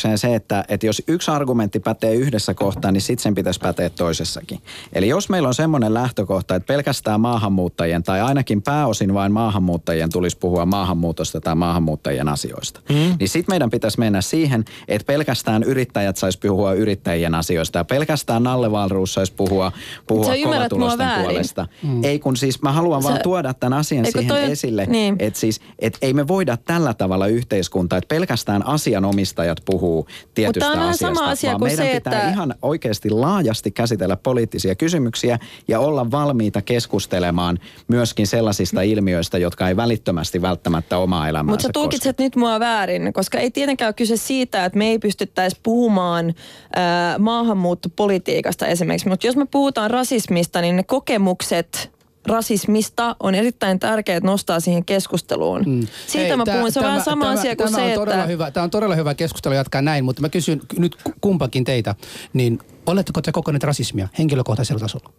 kysymykseen se, että, että jos yksi argumentti pätee yhdessä kohtaa, niin sitten sen pitäisi päteä toisessakin. Eli jos meillä on semmoinen lähtökohta, että pelkästään maahanmuuttajien tai ainakin pääosin vain maahanmuuttajien tulisi puhua maahanmuutosta tai maahanmuuttajien asioista, mm. niin sitten meidän pitäisi mennä siihen, että pelkästään yrittäjät saisi puhua yrittäjien asioista ja pelkästään Nalle Wahlroos saisi puhua, puhua kovatulosten puolesta. Mm. Ei kun siis mä haluan Sä... vaan tuoda tämän asian Eikö siihen toi... esille, niin. että siis, et ei me voida tällä tavalla yhteiskuntaa, että pelkästään asianomistajat puhuu tietystä asiasta, sama asia vaan meidän se, pitää että... ihan oikeasti laajasti käsitellä poliittisia kysymyksiä ja olla valmiita keskustelemaan myöskin sellaisista ilmiöistä, jotka ei välittömästi välttämättä omaa elämäänsä Mutta sä tulkitset koske. Nyt mua väärin, koska ei tietenkään ole kyse siitä, että me ei pystyttäisi puhumaan äh, maahanmuuttopolitiikasta esimerkiksi, mutta jos me puhutaan rasismista, niin ne kokemukset rasismista on erittäin tärkeää nostaa siihen keskusteluun. Mm. Siitä Hei, mä puhun. Tää, se on tämä, vähän sama tämä, asia kuin se, että... Hyvä, tämä on todella hyvä keskustelu jatkaa näin, mutta mä kysyn nyt kumpakin teitä, niin oletteko te kokeneet rasismia henkilökohtaisella tasolla?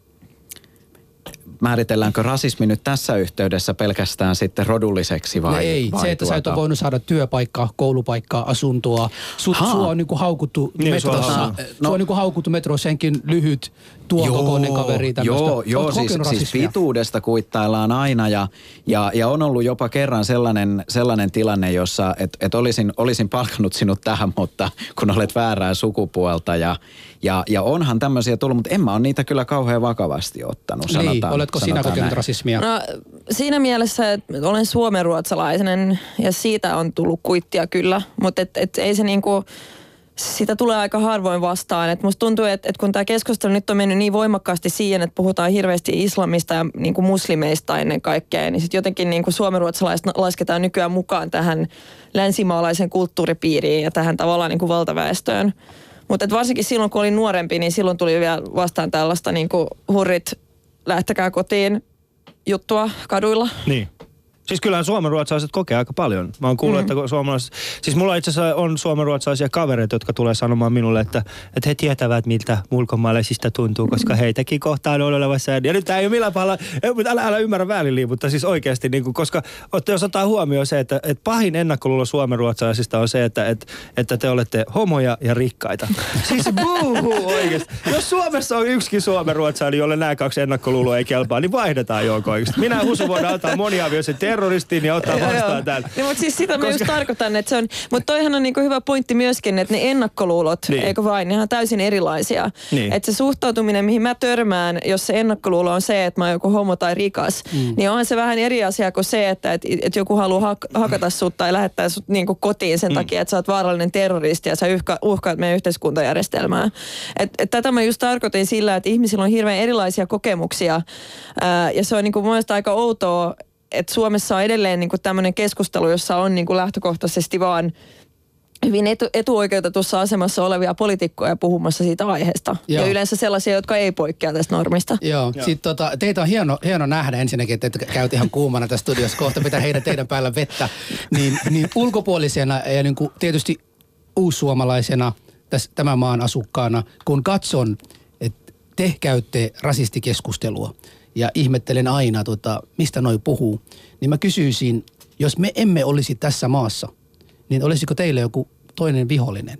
Määritelläänkö rasismi nyt tässä yhteydessä pelkästään sitten rodulliseksi vai? No ei, vai se, että tuota... sä et ole voinut saada työpaikkaa, koulupaikkaa, asuntoa. Sut, sua on niinku haukuttu niin, metrossa. Sua, no. on niinku haukuttu metrossa senkin lyhyt tuon kokoinen kaveri. Tämmöistä. Joo, joo siis, siis pituudesta kuittaillaan aina ja, ja, ja on ollut jopa kerran sellainen, sellainen tilanne, jossa et, et olisin, olisin palkannut sinut tähän, mutta kun olet väärää sukupuolta ja, ja, ja onhan tämmöisiä tullut, mutta en mä ole niitä kyllä kauhean vakavasti ottanut. Niin, sanotaan, oletko sinä kokenut näin. rasismia? No, siinä mielessä, että olen suomenruotsalainen ja siitä on tullut kuittia kyllä, mutta et, et ei se niinku... Sitä tulee aika harvoin vastaan. Et musta tuntuu, että et kun tämä keskustelu nyt on mennyt niin voimakkaasti siihen, että puhutaan hirveästi islamista ja niin kuin muslimeista ennen kaikkea, niin sitten jotenkin niin kuin suomenruotsalaiset lasketaan nykyään mukaan tähän länsimaalaisen kulttuuripiiriin ja tähän tavallaan niin kuin valtaväestöön. Mutta varsinkin silloin, kun olin nuorempi, niin silloin tuli vielä vastaan tällaista niin kuin hurrit lähtekää kotiin juttua kaduilla. Niin. Siis kyllähän suomenruotsalaiset kokee aika paljon. Mä oon kuullut, mm. että suomalaiset... Siis mulla itse asiassa on suomenruotsalaisia kavereita, jotka tulee sanomaan minulle, että, että he tietävät, miltä ulkomaalaisista tuntuu, koska heitäkin kohtaan on olevassa. Ja nyt tää ei ole millään pahalla... Älä, älä ymmärrä väärin, mutta siis oikeasti, niin kuin, koska jos ottaa huomioon se, että, että pahin ennakkoluulo suomenruotsalaisista on se, että, että, että te olette homoja ja rikkaita. Siis buuhu oikeasti. Jos Suomessa on yksikin suomenruotsalainen, jolle nämä kaksi ennakkoluuloa ei kelpaa, niin vaihdetaan joukko oikeasti. Minä ja Husu voidaan antaa moniavioisen terroristiin ja ottaa vastaan täällä. Niin, mutta siis sitä Koska... mä just tarkoitan, että se on, mutta toihan on niinku hyvä pointti myöskin, että ne ennakkoluulot, niin. eikö vain, ne on täysin erilaisia. Niin. Että se suhtautuminen, mihin mä törmään, jos se ennakkoluulo on se, että mä oon joku homo tai rikas, mm. niin on se vähän eri asia kuin se, että et, et joku haluaa hak- hakata sut tai lähettää sut niinku kotiin sen mm. takia, että sä oot vaarallinen terroristi ja sä uhka, uhkaat meidän yhteiskuntajärjestelmää. Et, et tätä mä just tarkoitin sillä, että ihmisillä on hirveän erilaisia kokemuksia ää, ja se on niinku mun mielestä aika outoa, että Suomessa on edelleen niinku tämmöinen keskustelu, jossa on niinku lähtökohtaisesti vaan hyvin etu, etuoikeutetussa asemassa olevia poliitikkoja puhumassa siitä aiheesta. Joo. Ja yleensä sellaisia, jotka ei poikkea tästä normista. Joo, Joo. Sitten tota, teitä on hieno, hieno nähdä ensinnäkin, että te käyt ihan kuumana tässä studiossa. Kohta pitää heidän teidän päällä vettä. Niin, niin ulkopuolisena ja niin kuin tietysti uussuomalaisena tässä, tämän maan asukkaana, kun katson, että te käytte rasistikeskustelua ja ihmettelen aina, tota, mistä noi puhuu, niin mä kysyisin, jos me emme olisi tässä maassa, niin olisiko teille joku toinen vihollinen?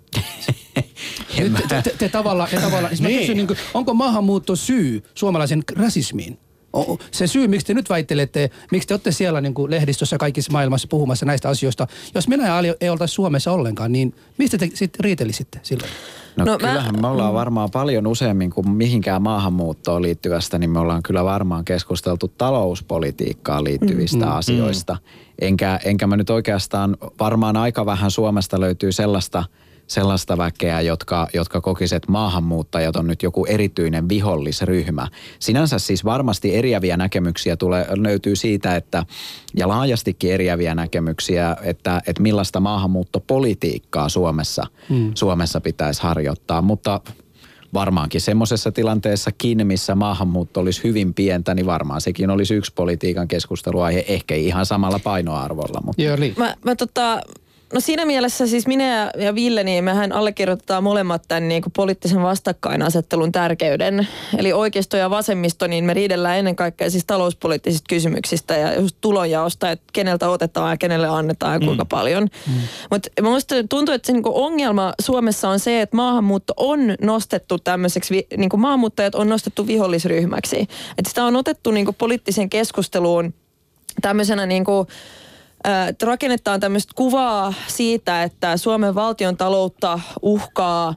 Nyt te, te, te tavallaan, te tavallaan siis mä kysyn, niin kuin, onko maahanmuutto syy suomalaisen rasismiin? Se syy, miksi te nyt väittelette, miksi te olette siellä niin kuin lehdistössä kaikissa maailmassa puhumassa näistä asioista. Jos minä ei oltaisi Suomessa ollenkaan, niin mistä te sitten riitelisitte silloin? No, no kyllähän mä... me ollaan varmaan paljon useammin kuin mihinkään maahanmuuttoon liittyvästä, niin me ollaan kyllä varmaan keskusteltu talouspolitiikkaan liittyvistä mm, asioista. Mm. Enkä, enkä mä nyt oikeastaan, varmaan aika vähän Suomesta löytyy sellaista, sellaista väkeä, jotka, jotka kokisivat, että maahanmuuttajat on nyt joku erityinen vihollisryhmä. Sinänsä siis varmasti eriäviä näkemyksiä tulee, löytyy siitä, että, ja laajastikin eriäviä näkemyksiä, että, että millaista maahanmuuttopolitiikkaa Suomessa, hmm. Suomessa pitäisi harjoittaa, mutta varmaankin semmoisessa tilanteessakin, missä maahanmuutto olisi hyvin pientä, niin varmaan sekin olisi yksi politiikan keskusteluaihe, ehkä ihan samalla painoarvolla. Mutta. Mä, mä tota... no siinä mielessä siis minä ja, ja Ville, niin mehän allekirjoitetaan molemmat tämän niin kuin poliittisen vastakkainasettelun tärkeyden. Eli oikeisto ja vasemmisto, niin me riidellään ennen kaikkea siis talouspoliittisista kysymyksistä ja just tulonjaosta, että keneltä otetaan ja kenelle annetaan ja kuinka mm. paljon. Mm. Mutta minusta tuntuu, että se niin kuin ongelma Suomessa on se, että maahanmuutto on nostettu tämmöiseksi, niin kuin maahanmuuttajat on nostettu vihollisryhmäksi. Että sitä on otettu niin kuin poliittiseen keskusteluun tämmöisenä niin kuin että rakennetaan tämmöistä kuvaa siitä, että Suomen valtion taloutta uhkaa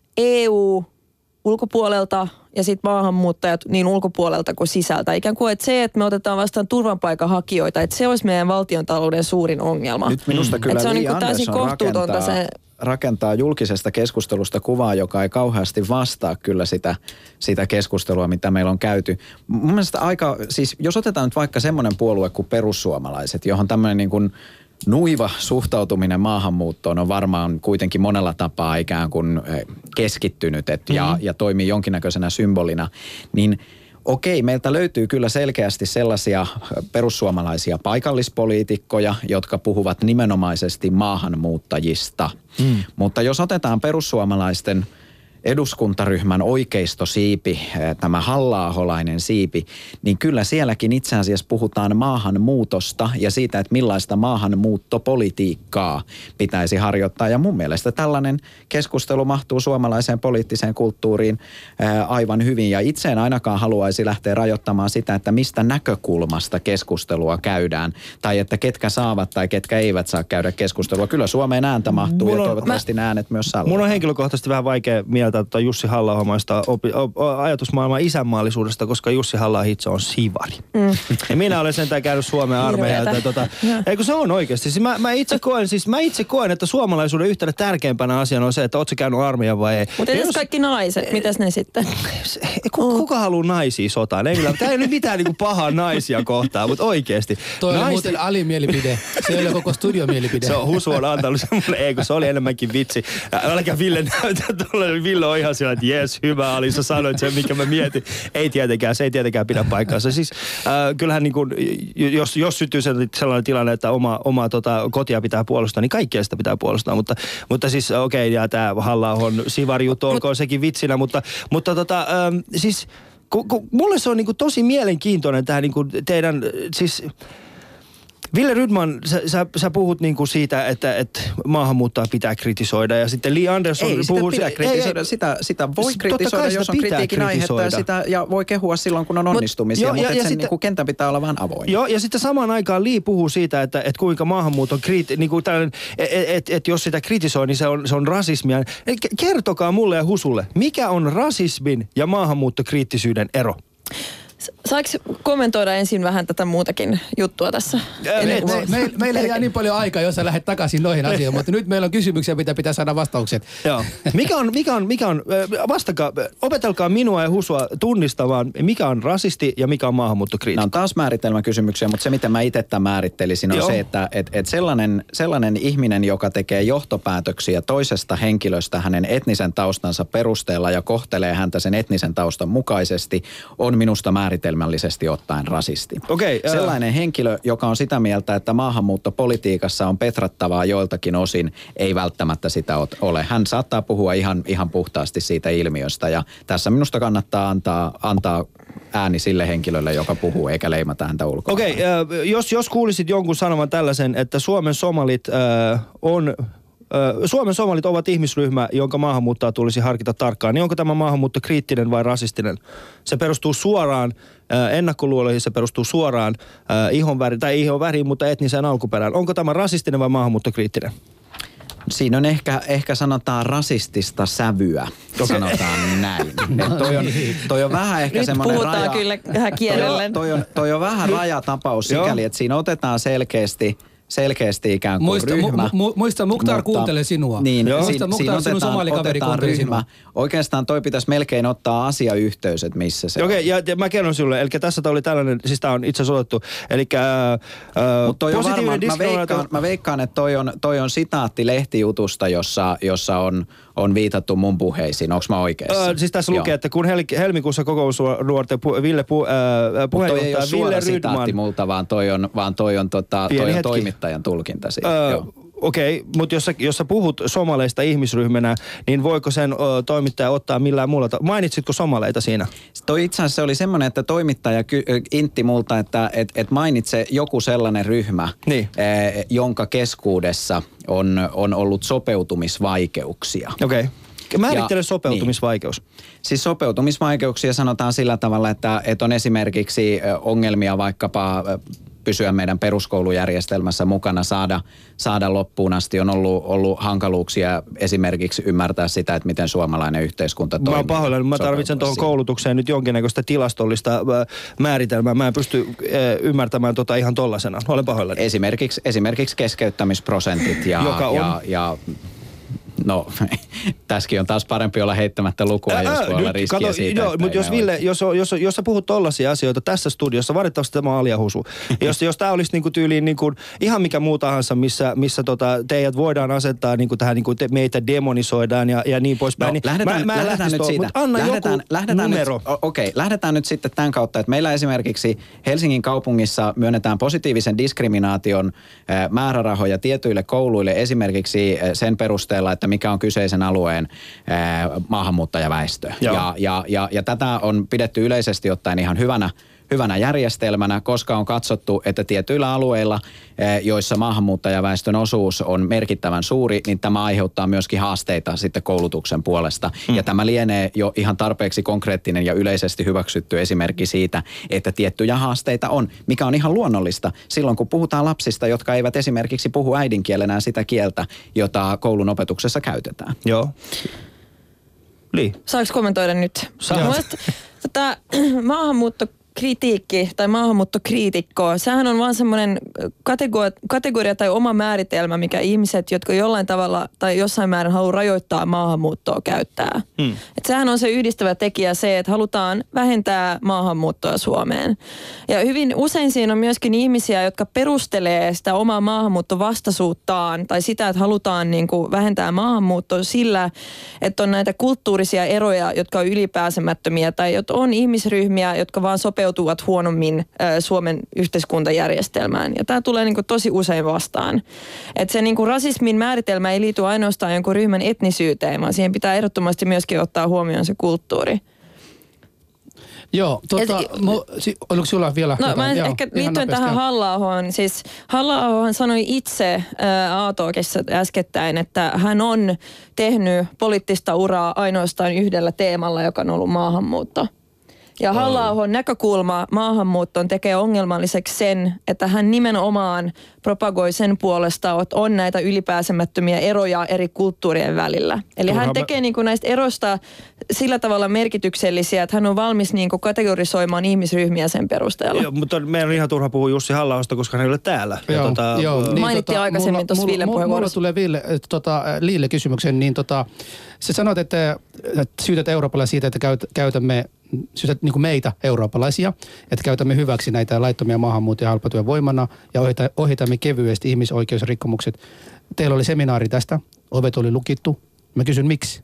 E U ulkopuolelta ja sitten maahanmuuttajat niin ulkopuolelta kuin sisältä. Ikään kuin että se, että me otetaan vastaan turvapaikanhakijoita, että se olisi meidän valtiontalouden suurin ongelma. Nyt minusta kyllä se on Li niin täysin kohtuutonta rakentaa, se... rakentaa julkisesta keskustelusta kuvaa, joka ei kauheasti vastaa kyllä sitä, sitä keskustelua, mitä meillä on käyty. Mun mielestä aika, siis jos otetaan nyt vaikka semmoinen puolue kuin perussuomalaiset, johon tämmöinen niin kuin nuiva suhtautuminen maahanmuuttoon on varmaan kuitenkin monella tapaa ikään kuin keskittynyt et, mm-hmm. ja, ja toimii jonkinnäköisenä symbolina, niin okei, meiltä löytyy kyllä selkeästi sellaisia perussuomalaisia paikallispoliitikkoja, jotka puhuvat nimenomaisesti maahanmuuttajista. Mm. Mutta jos otetaan perussuomalaisten eduskuntaryhmän oikeistosiipi, tämä halla-aholainen siipi, niin kyllä sielläkin itse asiassa puhutaan maahanmuutosta ja siitä, että millaista maahanmuuttopolitiikkaa pitäisi harjoittaa. Ja mun mielestä tällainen keskustelu mahtuu suomalaiseen poliittiseen kulttuuriin aivan hyvin. Ja itse en ainakaan haluaisi lähteä rajoittamaan sitä, että mistä näkökulmasta keskustelua käydään. Tai että ketkä saavat tai ketkä eivät saa käydä keskustelua. Kyllä Suomeen ääntä mahtuu on, ja toivottavasti mä, äänet myös sallitaan. Mun on henkilökohtaisesti vähän vaikea mieltä Tuota Jussi Halla-ahomaista ajatusmaailman isänmaallisuudesta, koska Jussi Halla-aho itse on sivari. Mm. Ja minä olen sentään käynyt Suomen armeijalta. Tota, eikö se on oikeasti? Siis mä, mä, itse koen, siis mä itse koen, että suomalaisuuden yhtenä tärkeimpänä asiana on se, että ootko käynyt armeijan vai ei. Mutta entäs kaikki naiset? Mitäs ne sitten? Kuka, kuka haluaa naisia sotaan? Ei, tämä ei nyt mitään niinku pahaa naisia kohtaan, mutta oikeasti. Toi on muuten alimielipide. Se ei ole koko studiomielipide. Se on Husu on antanut semmoinen, ei kun se oli enemmänkin vitsi. Älkää Ville näytä, tuolla Ville on ihan sillä, että jes, hyvä Ali, sä sanoit sen, mikä mä mietin. Ei tietenkään, se ei tietenkään pidä paikkaansa. Siis äh, kyllähän niin kuin, jos, jos syttyy sellainen tilanne, että oma, oma tota, kotia pitää puolustaa, niin kaikkea sitä pitää puolustaa. Mutta, mutta siis okei, okay, ja tämä Halla-ahon sivarjuttu, olkoon sekin vitsinä, mutta, mutta tota, ähm, siis ku, ku, mulle se on niin kuin tosi mielenkiintoinen tähän niin kuin teidän, siis... Ville Rydman, sä, sä, sä puhut niinku siitä, että, että maahanmuuttoa pitää kritisoida ja sitten Li Andersson ei, puhuu... Ei, sitä pidä kritisoida. Ei, sitä, sitä voi kritisoida, jos on kritiikin aihetta ja, sitä, ja voi kehua silloin, kun on onnistumisia, Mut, jo, mutta ja, ja sen sitten, niinku kentän pitää olla vähän avoin. Joo, ja sitten samaan aikaan Li puhuu siitä, että, että kuinka maahanmuuton kriiti, niinku tällainen, että et, et jos sitä kritisoi, niin se on, se on rasismia. Kertokaa mulle ja Husulle, mikä on rasismin ja maahanmuuttokriittisyyden ero? Saanko kommentoida ensin vähän tätä muutakin juttua tässä? Me, me, me, meillä ei jää niin paljon aikaa, jos sä lähdet takaisin noihin asioihin, mutta nyt meillä on kysymyksiä, mitä pitää saada vastaukset. Joo. Mikä on, mikä on, mikä on, vastakaa, opetelkaa minua ja Husua tunnistamaan, mikä on rasisti ja mikä on maahanmuuttokriitikko. Nämä on taas määritelmäkysymyksiä, mutta se mitä mä itse tämän määrittelisin on Joo. se, että et, et sellainen, sellainen ihminen, joka tekee johtopäätöksiä toisesta henkilöstä hänen etnisen taustansa perusteella ja kohtelee häntä sen etnisen taustan mukaisesti, on minusta määritelmä määritelmällisesti ottaen rasisti. Okay, uh... Sellainen henkilö, joka on sitä mieltä, että maahanmuuttopolitiikassa on petrattavaa joiltakin osin, ei välttämättä sitä ole. Hän saattaa puhua ihan, ihan puhtaasti siitä ilmiöstä ja tässä minusta kannattaa antaa, antaa ääni sille henkilölle, joka puhuu, eikä leimata häntä ulkoa. Okei, okay, uh, jos, jos kuulisit jonkun sanoman tällaisen, että Suomen somalit uh, on... Suomen somalit ovat ihmisryhmä, jonka maahanmuuttoa tulisi harkita tarkkaan. Niin onko tämä maahanmuutto kriittinen vai rasistinen? Se perustuu suoraan ennakkoluuloihin, se perustuu suoraan ihonväriin, tai ihonväriin, mutta etniseen alkuperään. Onko tämä rasistinen vai maahanmuuttokriittinen? Siinä on ehkä, ehkä sanotaan rasistista sävyä, sanotaan näin. Et toi, on, toi on vähän ehkä semmoinen raja. Nyt puhutaan kyllä vähän kielellen. Toi, toi, on, toi on vähän rajatapaus sikäli, että siinä otetaan selkeästi... selkeästi ikään kuin muista, ryhmä. Mu, mu, muista Mukhtar mutta, kuuntelee sinua. Niin, Joo. Muista Mukhtar sinun somalikaveri kuuntelee sinua. Oikeastaan toi pitäisi melkein ottaa asiayhteys, että missä se Okei, okay, ja, ja mä kerron sinulle, eli tässä oli tällainen, siis tämä on itse asiassa otettu, eli äh, positiivinen diskriminaatio. Mä, mä veikkaan, että toi on, toi on sitaatti lehtijutusta, jossa, jossa on, on viitattu mun puheisiin. Onko mä oikeassa? Äh, siis tässä Joo. lukee, että kun hel, helmikuussa kokoomusnuorten pu, Ville pu, äh, puheenjohtaja Ville Rydman. Sitaatti multa, vaan toi on, vaan toi on, tota, toi on toimittajan tulkinta siitä. Äh, Okei, okay, mutta jos, jos sä puhut somaleista ihmisryhmänä, niin voiko sen o, toimittaja ottaa millään muulla? Ta- Mainitsitko somaleita siinä? Toi itse asiassa oli semmoinen, että toimittaja ky- intti multa, että et, et mainitse joku sellainen ryhmä, niin. eh, jonka keskuudessa on, on ollut sopeutumisvaikeuksia. Okei. Okay. Määrittele Ja, sopeutumisvaikeus. Niin. Siis sopeutumisvaikeuksia sanotaan sillä tavalla, että, että on esimerkiksi ongelmia vaikkapa pysyä meidän peruskoulujärjestelmässä mukana, saada, saada loppuun asti. On ollut, ollut hankaluuksia esimerkiksi ymmärtää sitä, että miten suomalainen yhteiskunta toimii. Mä oon pahoillani, mä tarvitsen tuohon koulutukseen nyt jonkinnäköistä tilastollista määritelmää. Mä en pysty ymmärtämään tota ihan tollasena. Olen pahoillani. Esimerkiksi, esimerkiksi keskeyttämisprosentit ja... Joka on? Ja, ja, no, tässäkin on taas parempi olla heittämättä lukua, ää, jos voi olla riskiä kato, siitä. Joo, mutta jos Ville, jos, jos, jos sä puhut tollaisia asioita tässä studiossa, valitettavasti tämä on aliahusu. jos, jos tää olisi niinku tyyliin niinku ihan mikä muu tahansa, missä, missä tota, teidät voidaan asettaa niinku tähän, niinku te, meitä demonisoidaan ja, ja niin poispäin. No, niin lähdetään, mä, mä lähdetään nyt siitä. Anna lähdetään, joku lähdetään numero. Nyt, okei, okay, lähdetään nyt sitten tämän kautta, että meillä esimerkiksi Helsingin kaupungissa myönnetään positiivisen diskriminaation määrärahoja tietyille kouluille esimerkiksi sen perusteella, että mikä on kyseisen alueen ää, maahanmuuttajaväestö. Ja, ja, ja, ja tätä on pidetty yleisesti ottaen ihan hyvänä, hyvänä järjestelmänä, koska on katsottu, että tietyillä alueilla, ää, joissa maahanmuuttajaväestön osuus on merkittävän suuri, niin tämä aiheuttaa myöskin haasteita sitten koulutuksen puolesta. Hmm. Ja tämä lienee jo ihan tarpeeksi konkreettinen ja yleisesti hyväksytty esimerkki siitä, että tiettyjä haasteita on, mikä on ihan luonnollista silloin, kun puhutaan lapsista, jotka eivät esimerkiksi puhu äidinkielenään sitä kieltä, jota koulun opetuksessa käytetään. Joo. Li. Saanko kommentoida nyt? Saat. Tätä maahanmuutto kritiikki tai maahanmuuttokriitikko, sehän on vaan semmoinen kategoria, kategoria tai oma määritelmä, mikä ihmiset, jotka jollain tavalla tai jossain määrin haluaa rajoittaa maahanmuuttoa, käyttää. Hmm. Et sehän on se yhdistävä tekijä se, että halutaan vähentää maahanmuuttoa Suomeen. Ja hyvin usein siinä on myöskin ihmisiä, jotka perustelee sitä omaa maahanmuuttovastaisuuttaan tai sitä, että halutaan niin kuin vähentää maahanmuuttoa sillä, että on näitä kulttuurisia eroja, jotka on ylipääsemättömiä tai että on ihmisryhmiä, jotka vaan sopeutuvat huonommin äh, Suomen yhteiskuntajärjestelmään. Ja tämä tulee niinku tosi usein vastaan. Että se niinku rasismin määritelmä ei liity ainoastaan jonkun ryhmän etnisyyteen, vaan siihen pitää ehdottomasti myöskin ottaa huomioon se kulttuuri. Joo, tota, Et, mu, si, oliko sulla vielä? No jotain? mä Joo, ehkä liittyen tähän Halla-ahoon, siis Halla-ahohan sanoi itse ää, A-talkissa äskettäin, että hän on tehnyt poliittista uraa ainoastaan yhdellä teemalla, joka on ollut maahanmuutto. Ja Halla-ahon näkökulma maahanmuuttoon tekee ongelmalliseksi sen, että hän nimenomaan propagoi sen puolesta, että on näitä ylipääsemättömiä eroja eri kulttuurien välillä. Eli Turha hän tekee mä... niin kuin näistä eroista sillä tavalla merkityksellisiä, että hän on valmis niin kuin kategorisoimaan ihmisryhmiä sen perusteella. Joo, mutta meidän on ihan turha puhua Jussi Halla-ahosta, koska hän ei ole täällä. Joo, tota, joo, niin, mainittiin tota, aikaisemmin tuossa Villen puheenvuorossa. Mulla tulee Ville, tota, Liille kysymyksen, niin tota, sä sanot, että syytät Euroopalle siitä, että käyt, käytämme syytät niin kuin meitä eurooppalaisia, että käytämme hyväksi näitä laittomia maahanmuuttajia halpatyövoimana ja ohita, ohitamme kevyesti ihmisoikeusrikkomukset. Teillä oli seminaari tästä, ovet oli lukittu. Mä kysyn miksi?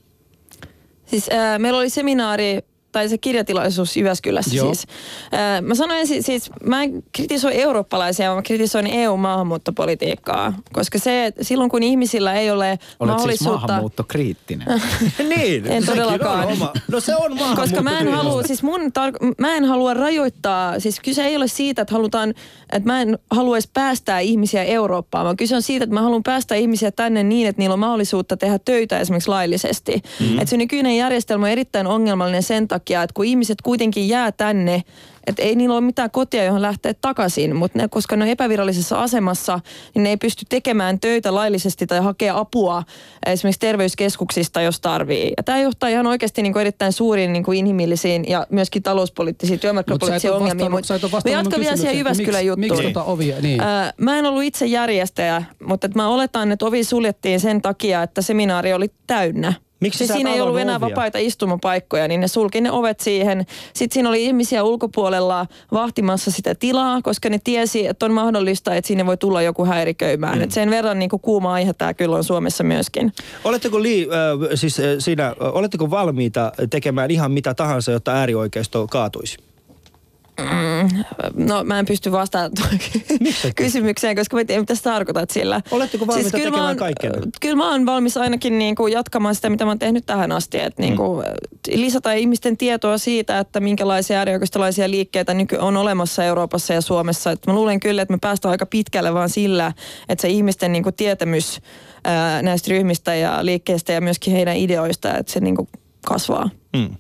Siis äh, meillä oli seminaari tai se kirjatilaisuus Jyväskylässä Joo. siis. Äh, mä sanoin siis, siis, mä en kritisoi eurooppalaisia, vaan mä kritisoin E U-maahanmuuttopolitiikkaa, koska se, silloin kun ihmisillä ei ole Olet mahdollisuutta... siis maahanmuuttokriittinen. niin. En todellakaan. Oma. No se on Koska mä en halua, siis mun tar- mä en halua rajoittaa, siis kyse ei ole siitä, että halutaan, että mä en haluaisi päästää ihmisiä Eurooppaan, vaan kyse on siitä, että mä haluan päästää ihmisiä tänne niin, että niillä on mahdollisuutta tehdä töitä esimerkiksi laillisesti. Mm-hmm. Että se nykyinen järjestelmä on erittäin ongelmallinen sen takia, että kun ihmiset kuitenkin jää tänne, että ei niillä ole mitään kotia, johon lähteä takaisin, mutta ne, koska ne on epävirallisessa asemassa, niin ne ei pysty tekemään töitä laillisesti tai hakea apua esimerkiksi terveyskeskuksista, jos tarvii. Ja tämä johtaa ihan oikeasti niin kuin erittäin suuriin niin kuin inhimillisiin ja myöskin talouspoliittisiin, työmarkkinapoliittisiin ongelmiin. Mutta mä jatkan vielä siihen Jyväskylän juttuun. Miksi tuota ovia? Niin. Ää, mä en ollut itse järjestäjä, mutta mä oletan, että ovi suljettiin sen takia, että seminaari oli täynnä. Miksi siis siinä ei ollut enää ovia? Vapaita istumapaikkoja, niin ne sulki ne ovet siihen. Sitten siinä oli ihmisiä ulkopuolella vahtimassa sitä tilaa, koska ne tiesi, että on mahdollista, että sinne voi tulla joku häiriköimään. Mm. Et sen verran niin kuin kuuma aihe tämä kyllä on Suomessa myöskin. Oletteko, Li, äh, siis, äh, siinä, oletteko valmiita tekemään ihan mitä tahansa, jotta äärioikeisto kaatuisi? Mm. Mm, no mä en pysty vastaamaan kysymykseen, koska mä en tiedä, mitä sä tarkoitat sillä. Oletteko valmiita siis tekemään kaikkea? Kyllä mä oon valmis ainakin niin kuin jatkamaan sitä, mitä mä oon tehnyt tähän asti. Että niin kuin lisätä ihmisten tietoa siitä, että minkälaisia äärioikeistolaisia liikkeitä nyky on olemassa Euroopassa ja Suomessa. Et mä luulen kyllä, että me päästään aika pitkälle vaan sillä, että se ihmisten niin kuin tietämys ää, näistä ryhmistä ja liikkeistä ja myöskin heidän ideoista, että se niin kuin kasvaa. Mm.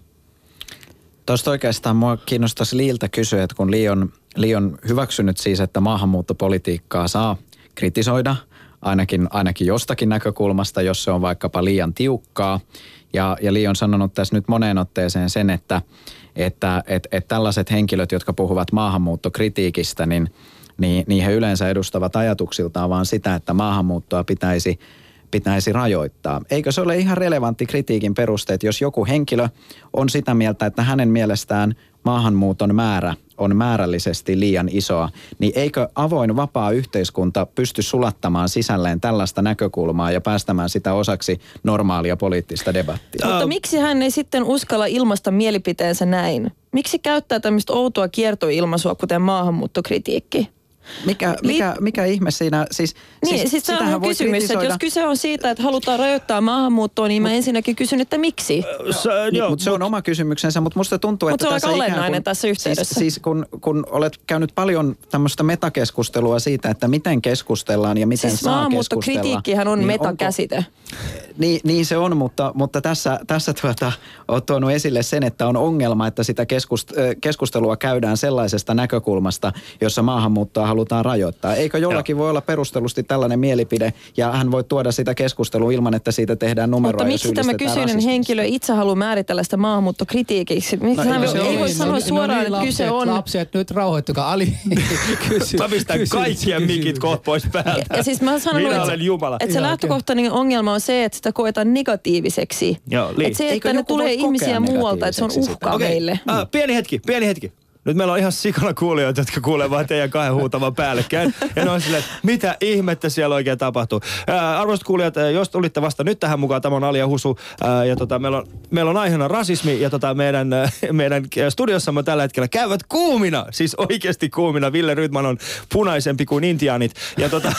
Tuosta oikeastaan mua kiinnostaisi Liiltä kysyä, että kun Li on, Li on hyväksynyt siis, että maahanmuuttopolitiikkaa saa kritisoida ainakin, ainakin jostakin näkökulmasta, jos se on vaikkapa liian tiukkaa. Ja, ja Li on sanonut tässä nyt moneen otteeseen sen, että, että et, et tällaiset henkilöt, jotka puhuvat maahanmuuttokritiikistä, niin, niin, niin he yleensä edustavat ajatuksiltaan vaan sitä, että maahanmuuttoa pitäisi pitäisi rajoittaa. Eikö se ole ihan relevantti kritiikin peruste, että jos joku henkilö on sitä mieltä, että hänen mielestään maahanmuuton määrä on määrällisesti liian isoa, niin eikö avoin vapaa yhteiskunta pysty sulattamaan sisälleen tällaista näkökulmaa ja päästämään sitä osaksi normaalia poliittista debattia? Mutta miksi hän ei sitten uskalla ilmaista mielipiteensä näin? Miksi käyttää tämmöistä outoa kiertoilmaisua, kuten maahanmuuttokritiikki? Mikä, mikä, mikä ihme siinä, siis, niin, siis, siis tämä on kysymys, että jos kyse on siitä, että halutaan rajoittaa maahanmuuttoa, niin mä ensinnäkin kysyn, että miksi? Se, niin, mutta se on oma kysymyksensä, mutta musta tuntuu, mut että se on tässä aika ikään olennainen kuin, tässä yhteydessä. Siis, siis kun, kun olet käynyt paljon tämmöistä metakeskustelua siitä, että miten keskustellaan ja miten siis saa keskustella. Siis maahanmuuttokritiikkihän on niin metakäsite. Onko, niin, niin se on, mutta, mutta tässä, tässä tuota, olet tuonut esille sen, että on ongelma, että sitä keskust, keskustelua käydään sellaisesta näkökulmasta, jossa maahanmuuttoa halutaan rajoittaa. Eikö jollakin voi olla perustellusti tällainen mielipide ja hän voi tuoda sitä keskustelua ilman, että siitä tehdään numeroa ja syyllistetään rasismista. Mutta miksi tämä kyseinen henkilö itse haluaa määritellä sitä maahanmuuttokritiikiksi? Miksi no, hän ei, ei ei voi sanoa no, suoraan, no, että lapset, kyse on... Lapset, nyt rauhoittukaa. Ali kysy. Mä pistän kysy, kaikkien kysy, mikit kohta pois päältä. Ja, ja siis mä sanon, Minä että, olen Jumala. että se lähtökohtainen ongelma on se, että sitä koetaan negatiiviseksi. Joo, Li. Että se, että Eikö ne joku tulee voi ihmisiä kokea muualta, että se on negatiiviseksi uhkaa Okei, meille. äh, pieni hetki, pieni hetki. Nyt meillä on ihan sikana kuulijoita, jotka kuulee vaan teidän kahden huutavan päällekkäin. Ja ne on silleen, että mitä ihmettä siellä oikein tapahtuu. Ää, arvoisat kuulijat, jos tulitte vasta nyt tähän mukaan, tämä on Ali ja Husu. Ää, ja tota, meillä, on, meillä on aiheena rasismi ja tota, meidän, ää, meidän studiossamme tällä hetkellä käyvät kuumina. Siis oikeasti kuumina. Ville Rydman on punaisempi kuin intiaanit. Ja, tota,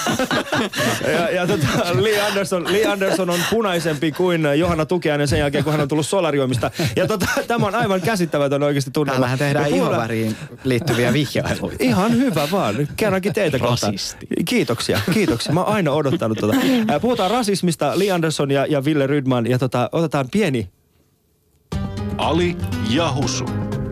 ja, ja tota, Li Andersson, Li Andersson on punaisempi kuin Johanna Tukiainen sen jälkeen, kun hän on tullut solariumista. Ja tota, tämä on aivan käsittämätön oikeasti tunnelma. Täällähän tehdään ihoväriin liittyviä vihjailuja. Ihan hyvä vaan. Kerrankin teitä kohtaan. Kiitoksia, kiitoksia. Mä oon aina odottanut tota. Puhutaan rasismista, Li Andersson ja, ja Ville Rydman. Ja tota, otetaan pieni... Ali ja Husu.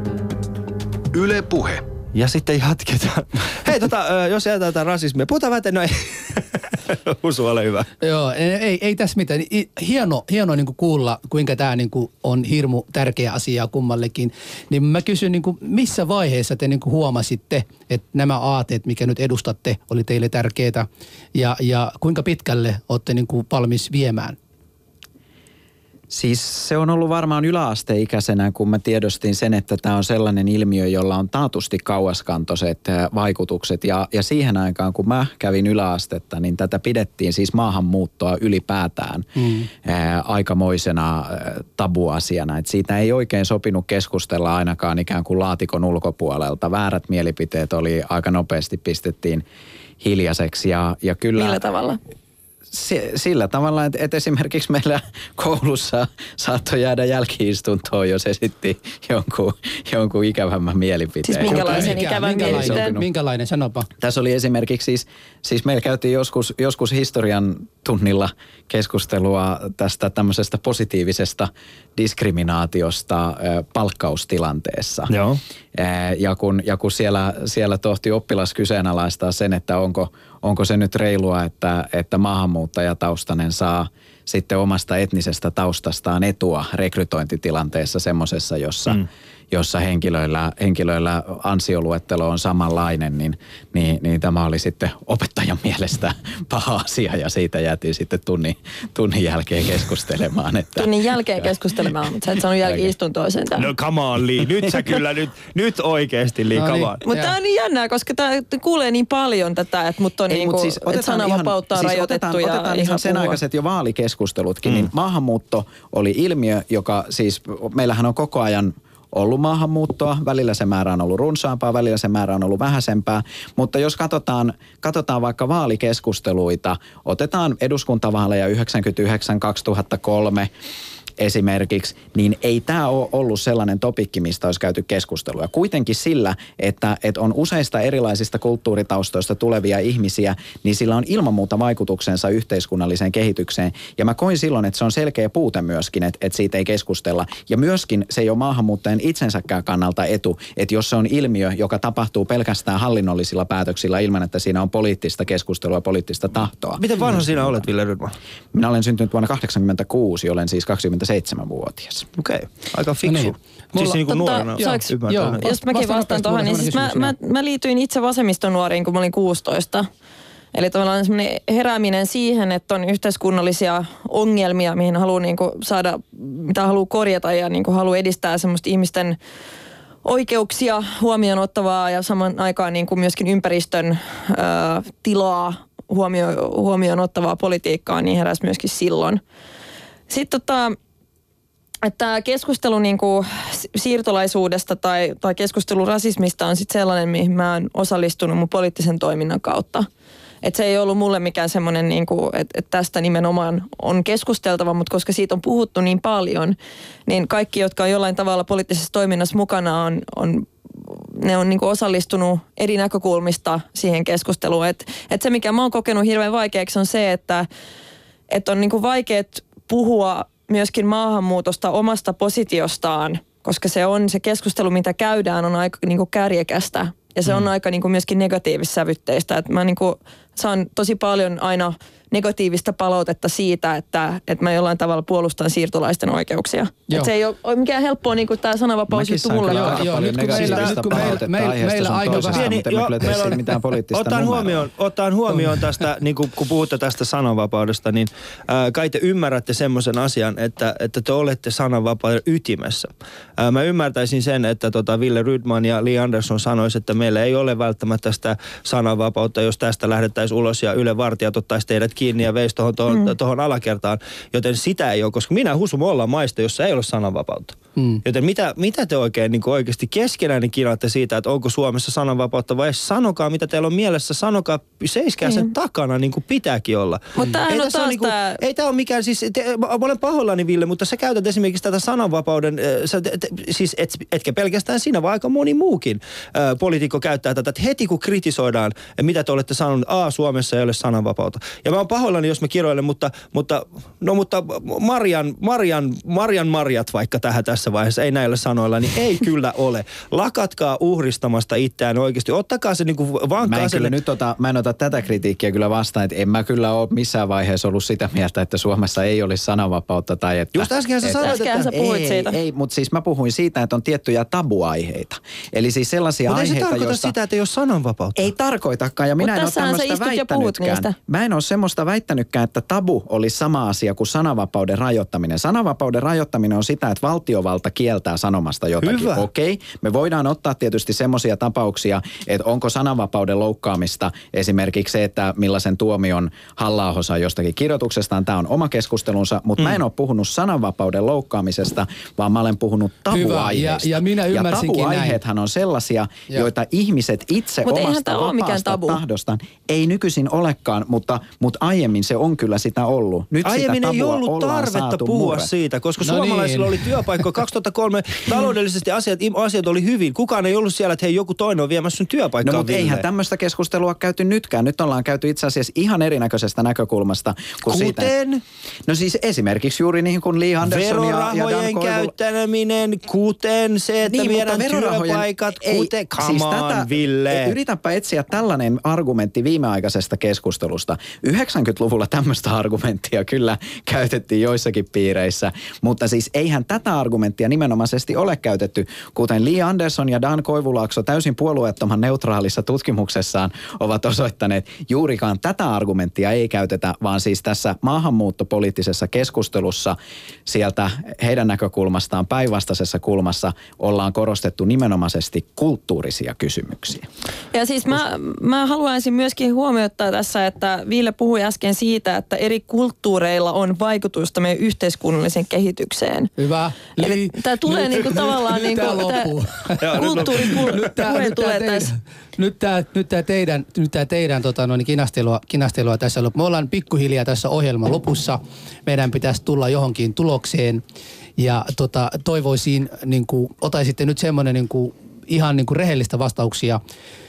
Yle Puhe. Ja sitten jatketaan. Hei, tota, jos jätetään rasismia. Puhutaan vähän, no ei. Husu, ole hyvä. Joo, ei, ei tässä mitään. Hieno, hieno niin kuin kuulla, kuinka tämä niin kuin on hirmu tärkeä asia kummallekin. Niin mä kysyn, niin kuin, missä vaiheessa te niin kuin huomasitte, että nämä aateet, mikä nyt edustatte, oli teille tärkeitä. Ja, ja kuinka pitkälle olette niin kuin valmis viemään? Siis se on ollut varmaan yläasteikäisenä, kun mä tiedostin sen, että tämä on sellainen ilmiö, jolla on taatusti kauaskantoiset vaikutukset. Ja, ja siihen aikaan, kun mä kävin yläastetta, niin tätä pidettiin siis maahanmuuttoa ylipäätään mm. ää, aikamoisena ää, tabuasiana. Et siitä ei oikein sopinut keskustella ainakaan ikään kuin laatikon ulkopuolelta. Väärät mielipiteet oli aika nopeasti pistettiin hiljaiseksi. Ja, ja kyllä, millä tavalla? Sillä tavalla, että, että esimerkiksi meillä koulussa saattoi jäädä jälki-istuntoon, jos esitti jonkun, jonkun ikävämmän mielipiteen. Siis minkälaisen Mikä, ikävän minkälainen, mielipiteen? minkälainen, sanopa. Tässä oli esimerkiksi siis, siis meillä käytiin joskus, joskus historian tunnilla keskustelua tästä tämmöisestä positiivisesta diskriminaatiosta äh, palkkaustilanteessa. Joo. Äh, ja kun, ja kun siellä, siellä tohti oppilas kyseenalaistaa sen, että onko, onko se nyt reilua, että, että maahanmuuttajataustainen saa sitten omasta etnisestä taustastaan etua rekrytointitilanteessa semmoisessa, jossa, mm. jossa henkilöillä, henkilöillä ansioluettelo on samanlainen, niin, niin, niin tämä oli sitten opettajan mielestä paha asia ja siitä jäätiin sitten tunnin, tunnin jälkeen keskustelemaan. Että, tunnin jälkeen keskustelemaan, mutta sä et sanonut jälki-istuntoa sentään. No come on, Li. Nyt sä kyllä, nyt, nyt oikeesti, Li, No come niin. on. Mutta tämä on niin jännää, koska tämä kuulee niin paljon tätä, että mut on Ei, niinku, mut siis että sananvapautta on siis rajoitettu otetaan, ja otetaan ihan ihan sen puhua. aikaiset jo vaalikeskustelutkin, mm. niin maahanmuutto oli ilmiö, joka siis, meillähän on koko ajan ollut maahanmuuttoa, välillä se määrä on ollut runsaampaa, välillä se määrä on ollut vähäisempää, mutta jos katsotaan, katsotaan vaikka vaalikeskusteluita, otetaan eduskuntavaaleja yhdeksänkymmentäyhdeksän kaksituhattakolme esimerkiksi, niin ei tämä ole ollut sellainen topikki, mistä olisi käyty keskustelua. Kuitenkin sillä, että, että on useista erilaisista kulttuuritaustoista tulevia ihmisiä, niin sillä on ilman muuta vaikutuksensa yhteiskunnalliseen kehitykseen. Ja mä koin silloin, että se on selkeä puute myöskin, että, että siitä ei keskustella. Ja myöskin se ei ole maahanmuuttajan itsensäkään kannalta etu, että jos se on ilmiö, joka tapahtuu pelkästään hallinnollisilla päätöksillä ilman, että siinä on poliittista keskustelua ja poliittista tahtoa. Miten vanha sinä olet, Ville Rydman? Minä olen syntynyt vuonna kahdeksankymmentäkuusi, olen siis kaksikymmentäseitsemänvuotias. Okei, okay. Aika fiksu. No niin. Mulla, siis niin kuin nuorena ymmärtänyt. Jos mäkin vastaan tuohon, niin siis mä, mä, mä liityin itse vasemmistonuoriin, kun mä olin kuusitoista. Eli tavallaan semmoinen herääminen siihen, että on yhteiskunnallisia ongelmia, mihin haluaa niin kuin saada, mitä haluaa korjata ja niin kuin haluaa edistää semmoista ihmisten oikeuksia huomioon ottavaa ja saman aikaan niin kuin myöskin ympäristön ää, tilaa huomio, huomioon ottavaa politiikkaa, niin heräsi myöskin silloin. Sitten tota, että keskustelu niin kuin siirtolaisuudesta tai, tai keskustelu rasismista on sitten sellainen, mihin mä oon osallistunut mun poliittisen toiminnan kautta. Että se ei ollut mulle mikään semmoinen, niin kuin, että, että tästä nimenomaan on keskusteltava, mutta koska siitä on puhuttu niin paljon, niin kaikki, jotka on jollain tavalla poliittisessa toiminnassa mukana, on, on ne on niin kuin osallistunut eri näkökulmista siihen keskusteluun. Että, että se, mikä mä oon kokenut hirveän vaikeaksi, on se, että, että on niin kuin vaikeat puhua myöskin maahanmuutosta omasta positiostaan, koska se on se keskustelu, mitä käydään, on aika niin kuin kärjekästä. Ja se on mm. aika niin kuin myöskin negatiivissävytteistä. Että mä niin kuin saan tosi paljon aina negatiivista palautetta siitä, että, että mä jollain tavalla puolustan siirtolaisten oikeuksia. Että se ei ole mikään helppoa niin kuin tämä sananvapausjuttu mulle. Joo, joo, nyt kun meillä, nyt kun meillä, meillä, meillä aika vähän. Pieni, jo, meillä on, mitään poliittista otan huomioon, otan huomioon tästä, niin kuin, kun puhutte tästä sananvapaudesta, niin ää, kai te ymmärrätte semmoisen asian, että, että te olette sananvapauden ytimessä. Ää, mä ymmärtäisin sen, että tota Ville Rydman ja Li Andersson sanoisivat, että meillä ei ole välttämättä sitä sananvapautta, jos tästä lähdettäisiin ulos ja Yle Vartijat ottaisi teidät kiinni ja veisi tuohon mm. alakertaan. Joten sitä ei ole, koska minä Husu, me ollaan maista, jossa ei ole sananvapautta. Mm. Joten mitä, mitä te oikein niin oikeasti keskenään kinaatte siitä, että onko Suomessa sananvapautta vai sanokaa, mitä teillä on mielessä, sanokaa, seiskää sen mm. takana niin kuin pitääkin olla. Mutta ei, tässä on niin kuin, tää... ei tämä ole mikään, siis te, mä olen pahoillani Ville, mutta sä käytät esimerkiksi tätä sananvapauden, sä, te, siis et, etkä pelkästään sinä, vaan aika moni muukin ä, poliitikko käyttää tätä, että heti kun kritisoidaan, mitä te olette sanoneet, a Suomessa ei ole sananvapautta. Ja mä oon pahoillani, jos mä kiroilen, mutta, mutta, no, mutta Marian, Marian, Marian Marjat vaikka tähän tässä vaiheessa, ei näillä sanoilla, niin ei kyllä ole. Lakatkaa uhristamasta itseään oikeasti. Ottakaa se niinku vankkaa. Mä en, sen... kyllä nyt ota, mä en ota tätä kritiikkiä kyllä vastaan, että en mä kyllä ole missään vaiheessa ollut sitä mieltä, että Suomessa ei olisi sananvapautta tai että... Just äsken sä sanoit, että... sä puhuit ei, siitä. Ei, mutta siis mä puhuin siitä, että on tiettyjä tabuaiheita. Eli siis sellaisia Mut aiheita, joista... Mutta ei se tarkoita sitä, että ei ole sananvapautta. Ei tarkoitakaan, ja minä en ole tämmöistä väittänytkään. Mä en ole semmoista väittänytkään, että tabu olisi sama asia kuin sananvapauden rajoittaminen. Sananvapauden rajoittaminen on sitä, että valtiovalta kieltää sanomasta jotakin. Hyvä. Okei, me voidaan ottaa tietysti semmoisia tapauksia, että onko sananvapauden loukkaamista esimerkiksi se, että millaisen tuomion Halla-aho saa jostakin kirjoituksestaan. Tämä on oma keskustelunsa, mutta mm. mä en ole puhunut sananvapauden loukkaamisesta, vaan mä olen puhunut tabuaiheista. Ja, ja minä ymmärsinkin ja tabuaiheethan näin. On sellaisia, ja. Joita ihmiset itse Mut omasta vapaasta tahdostaan ei nykyisin olekaan, mutta, mutta aiemmin se on kyllä sitä ollut. Nyt aiemmin sitä ei ollut tarvetta puhua murre. Siitä, koska no suomalaisilla niin. Oli työpaikka kaksituhattakolme. Taloudellisesti asiat, asiat oli hyvin. Kukaan ei ollut siellä, että hei, joku toinen on viemässä sun työpaikkaa. No mutta eihän tämmöistä keskustelua käyty nytkään. Nyt ollaan käyty itse asiassa ihan erinäköisestä näkökulmasta. Kuin kuten? Siitä, no siis esimerkiksi juuri niin kuin Li Andersson ja, ja Dan Verorahojen käyttäminen, kuten se, että niin, viedään työpaikat, ei, kuten, come siis on, tätä, Ville. Yritäpä etsiä tällainen argumentti viimeaikaisesta keskustelusta. yhdeksänkymmentäluvulla tämmöistä argumenttia kyllä käytettiin joissakin piireissä, mutta siis eihän tätä argumenttia nimenomaisesti ole käytetty, kuten Li Andersson ja Dan Koivulaakso täysin puolueettoman neutraalissa tutkimuksessaan ovat osoittaneet. Juurikaan tätä argumenttia ei käytetä, vaan siis tässä maahanmuuttopoliittisessa keskustelussa sieltä heidän näkökulmastaan päinvastaisessa kulmassa ollaan korostettu nimenomaisesti kulttuurisia kysymyksiä. Ja siis mä, mä haluaisin myöskin huomioittaa tässä, että Ville puhui äsken siitä, että eri kulttuureilla on vaikutusta meidän yhteiskunnalliseen kehitykseen. Hyvä. Eli niin. Tää tulee Nyt- niinku tavallaan nyt niinku... tää loppuu. Kulttuuripuhe tulee tässä. Nyt tämä nyt tää teidän, nyt tää teidän tota, noin, kinastelua, kinastelua tässä loppuu. Me ollaan pikkuhiljaa tässä ohjelman lopussa. Meidän pitäisi tulla johonkin tulokseen. Ja tota, toivoisin, niin kuin, otaisitte nyt semmoinen niin kuin, ihan niin kuin rehellistä vastauksia.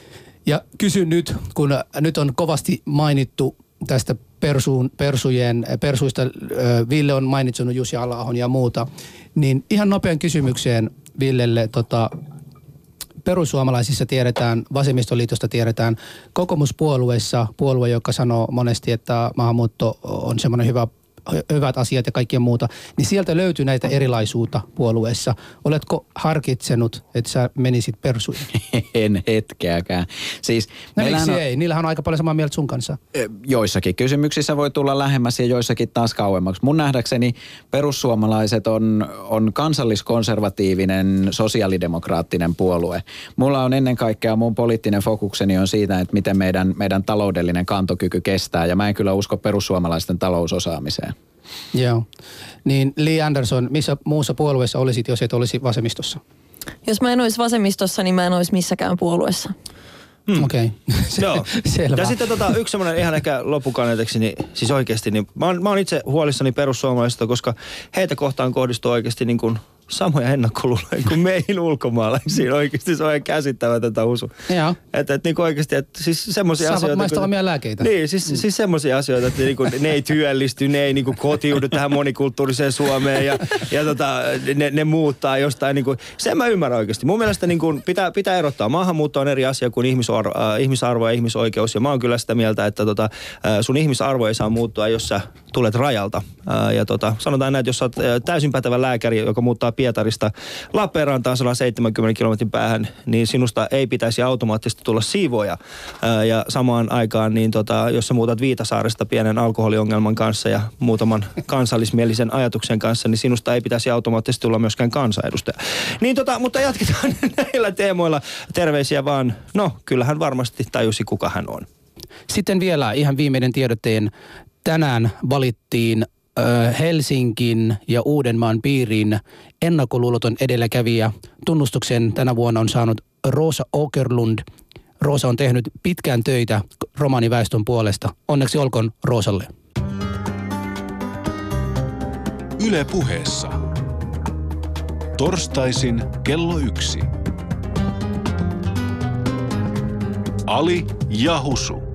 Ja kysyn nyt, kun nyt on kovasti mainittu tästä persuun, persujen, persuista, Ville on mainitsunut Jussi Halla-ahon ja muuta, niin ihan nopean kysymykseen Villelle, tota, perussuomalaisissa tiedetään, vasemmistoliitosta tiedetään, kokoomuspuolueessa puolue, joka sanoo monesti, että maahanmuutto on semmoinen hyvä hyvät asiat ja kaikkea muuta, niin sieltä löytyy näitä erilaisuutta puolueessa. Oletko harkitsenut, että sä menisit persuihin? En hetkeäkään. Siis No miksi on, ei? Niillähän on aika paljon samaa mieltä sun kanssa. joissakin kysymyksissä voi tulla lähemmäs ja joissakin taas kauemmaksi. Mun nähdäkseni perussuomalaiset on, on kansalliskonservatiivinen sosiaalidemokraattinen puolue. Mulla on ennen kaikkea mun poliittinen fokukseni on siitä, että miten meidän, meidän taloudellinen kantokyky kestää ja mä en kyllä usko perussuomalaisten talousosaamiseen. Joo. Niin Li Andersson, missä muussa puolueessa olisit, jos et olisi vasemmistossa? Jos mä en olisi vasemmistossa, niin mä en olisi missäkään puolueessa. Hmm. Okei. Okay. Joo. Selvä. Ja sitten tota, yksi semmoinen ihan ehkä loppukaneeteksi, niin siis oikeasti, niin mä oon, mä oon itse huolissani perussuomalaisista, koska heitä kohtaan kohdistuu oikeasti niin kuin samoja ennakkoluuloja kuin meihin ulkomaalaisiin. Oikeasti se on ihan käsittämätöntä usu. Joo. Että et, niin oikeasti, että siis semmoisia Saavat asioita. maistaa kun- omia lääkeitä. Niin, siis, mm. siis semmoisia asioita, että niinku, ne ei työllisty, ne ei niinku kotiudu tähän monikulttuuriseen Suomeen ja, ja tota, ne, ne muuttaa jostain. Niinku, sen mä ymmärrän oikeasti. Mun mielestä niinku, pitää, pitää erottaa. Maahanmuutto on eri asia kuin ihmisarvo, äh, ihmisarvo ja ihmisoikeus. Ja mä oon kyllä sitä mieltä, että tota, äh, sun ihmisarvo ei saa muuttua, jos sä tulet rajalta. Äh, ja tota, sanotaan näin, että jos sä oot äh, täysin pätevä lääkäri, joka muuttaa Pietarista Lappeenrantaan sata seitsemänkymmentä kilometrin päähän, niin sinusta ei pitäisi automaattisesti tulla siivoja. Ää, ja samaan aikaan, niin tota, jos sä muutat Viitasaaresta pienen alkoholiongelman kanssa ja muutaman kansallismielisen ajatuksen kanssa, niin sinusta ei pitäisi automaattisesti tulla myöskään kansanedustaja. Niin tota, mutta jatketaan näillä teemoilla. Terveisiä vaan. No, kyllähän varmasti tajusi, kuka hän on. Sitten vielä ihan viimeinen tiedotteen. Tänään valittiin ö, Helsingin ja Uudenmaan piiriin ennakkoluuloton edelläkävijä. Tunnustuksen tänä vuonna on saanut Rosa Åkerlund. Rosa on tehnyt pitkään töitä romaniväestön puolesta. Onneksi olkoon Rosalle. Yle Puheessa. Torstaisin kello yksi. Ali ja Husu.